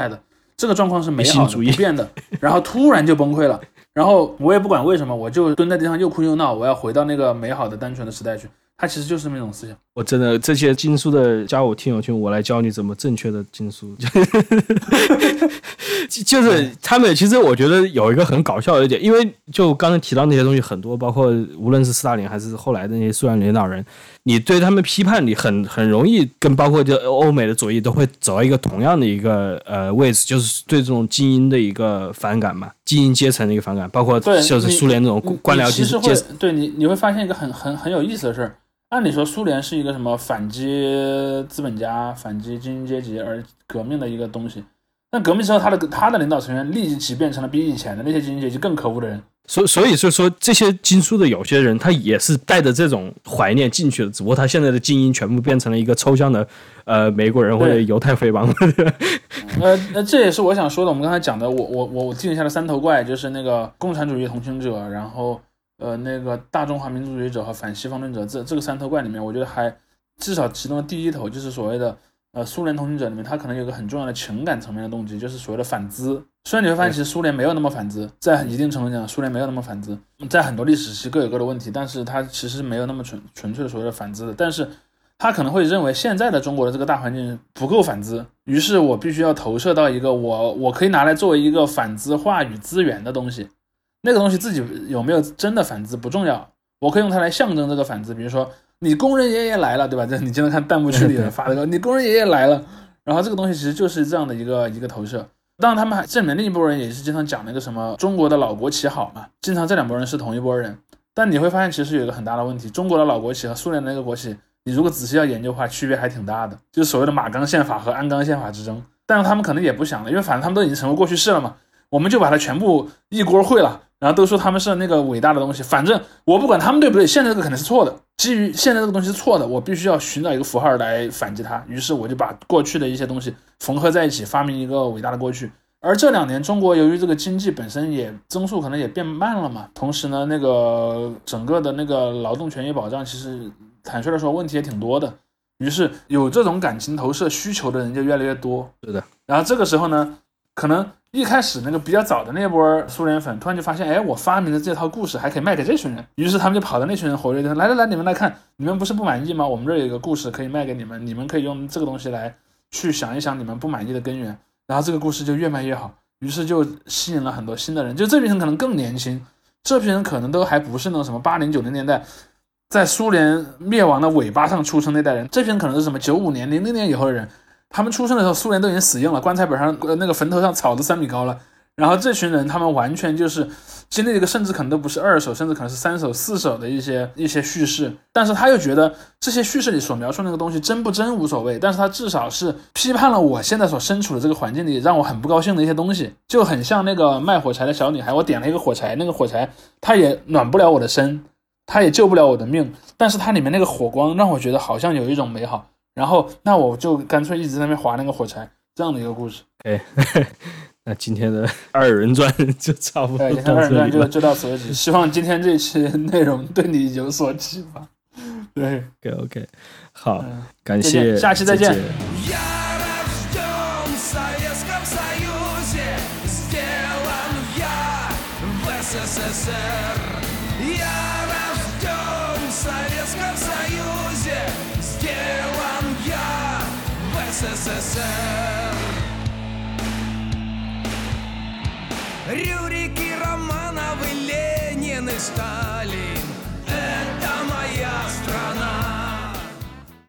这个状况是美好的不变的，然后突然就崩溃了，然后我也不管为什么，我就蹲在地上又哭又闹，我要回到那个美好的单纯的时代去。它其实就是这么一种思想。 我真的这些经书的加我听友群，我来教你怎么正确的经书。就是他们其实我觉得有一个很搞笑的一点，因为就刚才提到那些东西很多，包括无论是斯大林还是后来的那些苏联领导人，你对他们批判，你很很容易跟包括就欧美的左翼都会走到一个同样的一个呃位置，就是对这种精英的一个反感嘛，精英阶层的一个反感，包括就是苏联这种官僚阶层。 对你你会发现一个很很很有意思的事，按理说苏联是一个什么反击资本家、反击精英阶级而革命的一个东西，但革命之后他的他的领导成员立即变成了比以前的那些精英阶级更可恶的人。 所所以是说这些经书的有些人他也是带着这种怀念进去的，只不过他现在的精英全部变成了一个抽象的呃美国人或者犹太匪帮。 呃，那这也是我想说的，我们刚才讲的我我我定下的三头怪，就是那个共产主义同情者，然后呃，那个大中华民族主义者和反西方论者，这这个三头怪里面，我觉得还至少其中的第一头就是所谓的呃苏联同情者里面，他可能有个很重要的情感层面的动机，就是所谓的反资。虽然你会发现，其实苏联没有那么反资，在一定程度讲，苏联没有那么反资，在很多历史时期各有各的问题，但是它其实没有那么纯纯粹的所谓的反资的。但是他可能会认为现在的中国的这个大环境不够反资，于是我必须要投射到一个我我可以拿来作为一个反资话语资源的东西。那个东西自己有没有真的反资不重要，我可以用它来象征这个反资。比如说你工人爷爷来了，对吧？这你经常看弹幕区里人发这个你工人爷爷来了，然后这个东西其实就是这样的一个一个投射。当然他们还这里面另一波人也是经常讲那个什么中国的老国旗好嘛，经常这两拨人是同一波人。但你会发现其实有一个很大的问题，中国的老国旗和苏联的那个国旗，你如果仔细要研究的话，区别还挺大的，就是所谓的马纲宪法和鞍钢宪法之争。但是他们可能也不想了，因为反正他们都已经成为过去式了嘛，我们就把它全部一锅烩了，然后都说他们是那个伟大的东西，反正我不管他们对不对，现在这个肯定是错的，基于现在这个东西是错的，我必须要寻找一个符号来反击它，于是我就把过去的一些东西缝合在一起，发明一个伟大的过去。而这两年中国由于这个经济本身也增速可能也变慢了嘛，同时呢那个整个的那个劳动权益保障其实坦率的说问题也挺多的，于是有这种感情投射需求的人就越来越多。 是的， 然后这个时候呢，可能一开始那个比较早的那波苏联粉突然就发现，哎，我发明的这套故事还可以卖给这群人，于是他们就跑到那群人活跃，来来来，你们来看，你们不是不满意吗？我们这有一个故事可以卖给你们，你们可以用这个东西来去想一想你们不满意的根源，然后这个故事就越卖越好，于是就吸引了很多新的人，就这批人可能更年轻，这批人可能都还不是那种什么八零九零年代在苏联灭亡的尾巴上出生那代人，这批人可能是什么九五年零零年以后的人，他们出生的时候苏联都已经死硬了，棺材本上那个坟头上草都三米高了，然后这群人他们完全就是经历了一个甚至可能都不是二手，甚至可能是三手四手的一些一些叙事，但是他又觉得这些叙事里所描述那个东西真不真无所谓，但是他至少是批判了我现在所身处的这个环境里让我很不高兴的一些东西，就很像那个卖火柴的小女孩，我点了一个火柴，那个火柴它也暖不了我的身，它也救不了我的命，但是它里面那个火光让我觉得好像有一种美好，然后那我就干脆一直在那边划那个火柴，这样的一个故事。 哎，那今天的二人转就差不多到这里了。对，今天二人转就就到此为止。希望今天这期内容对你有所启发。对 ，OK OK， 好，嗯、感谢， 下期再见。 Рюрики, Романовы, Ленины, Сталин.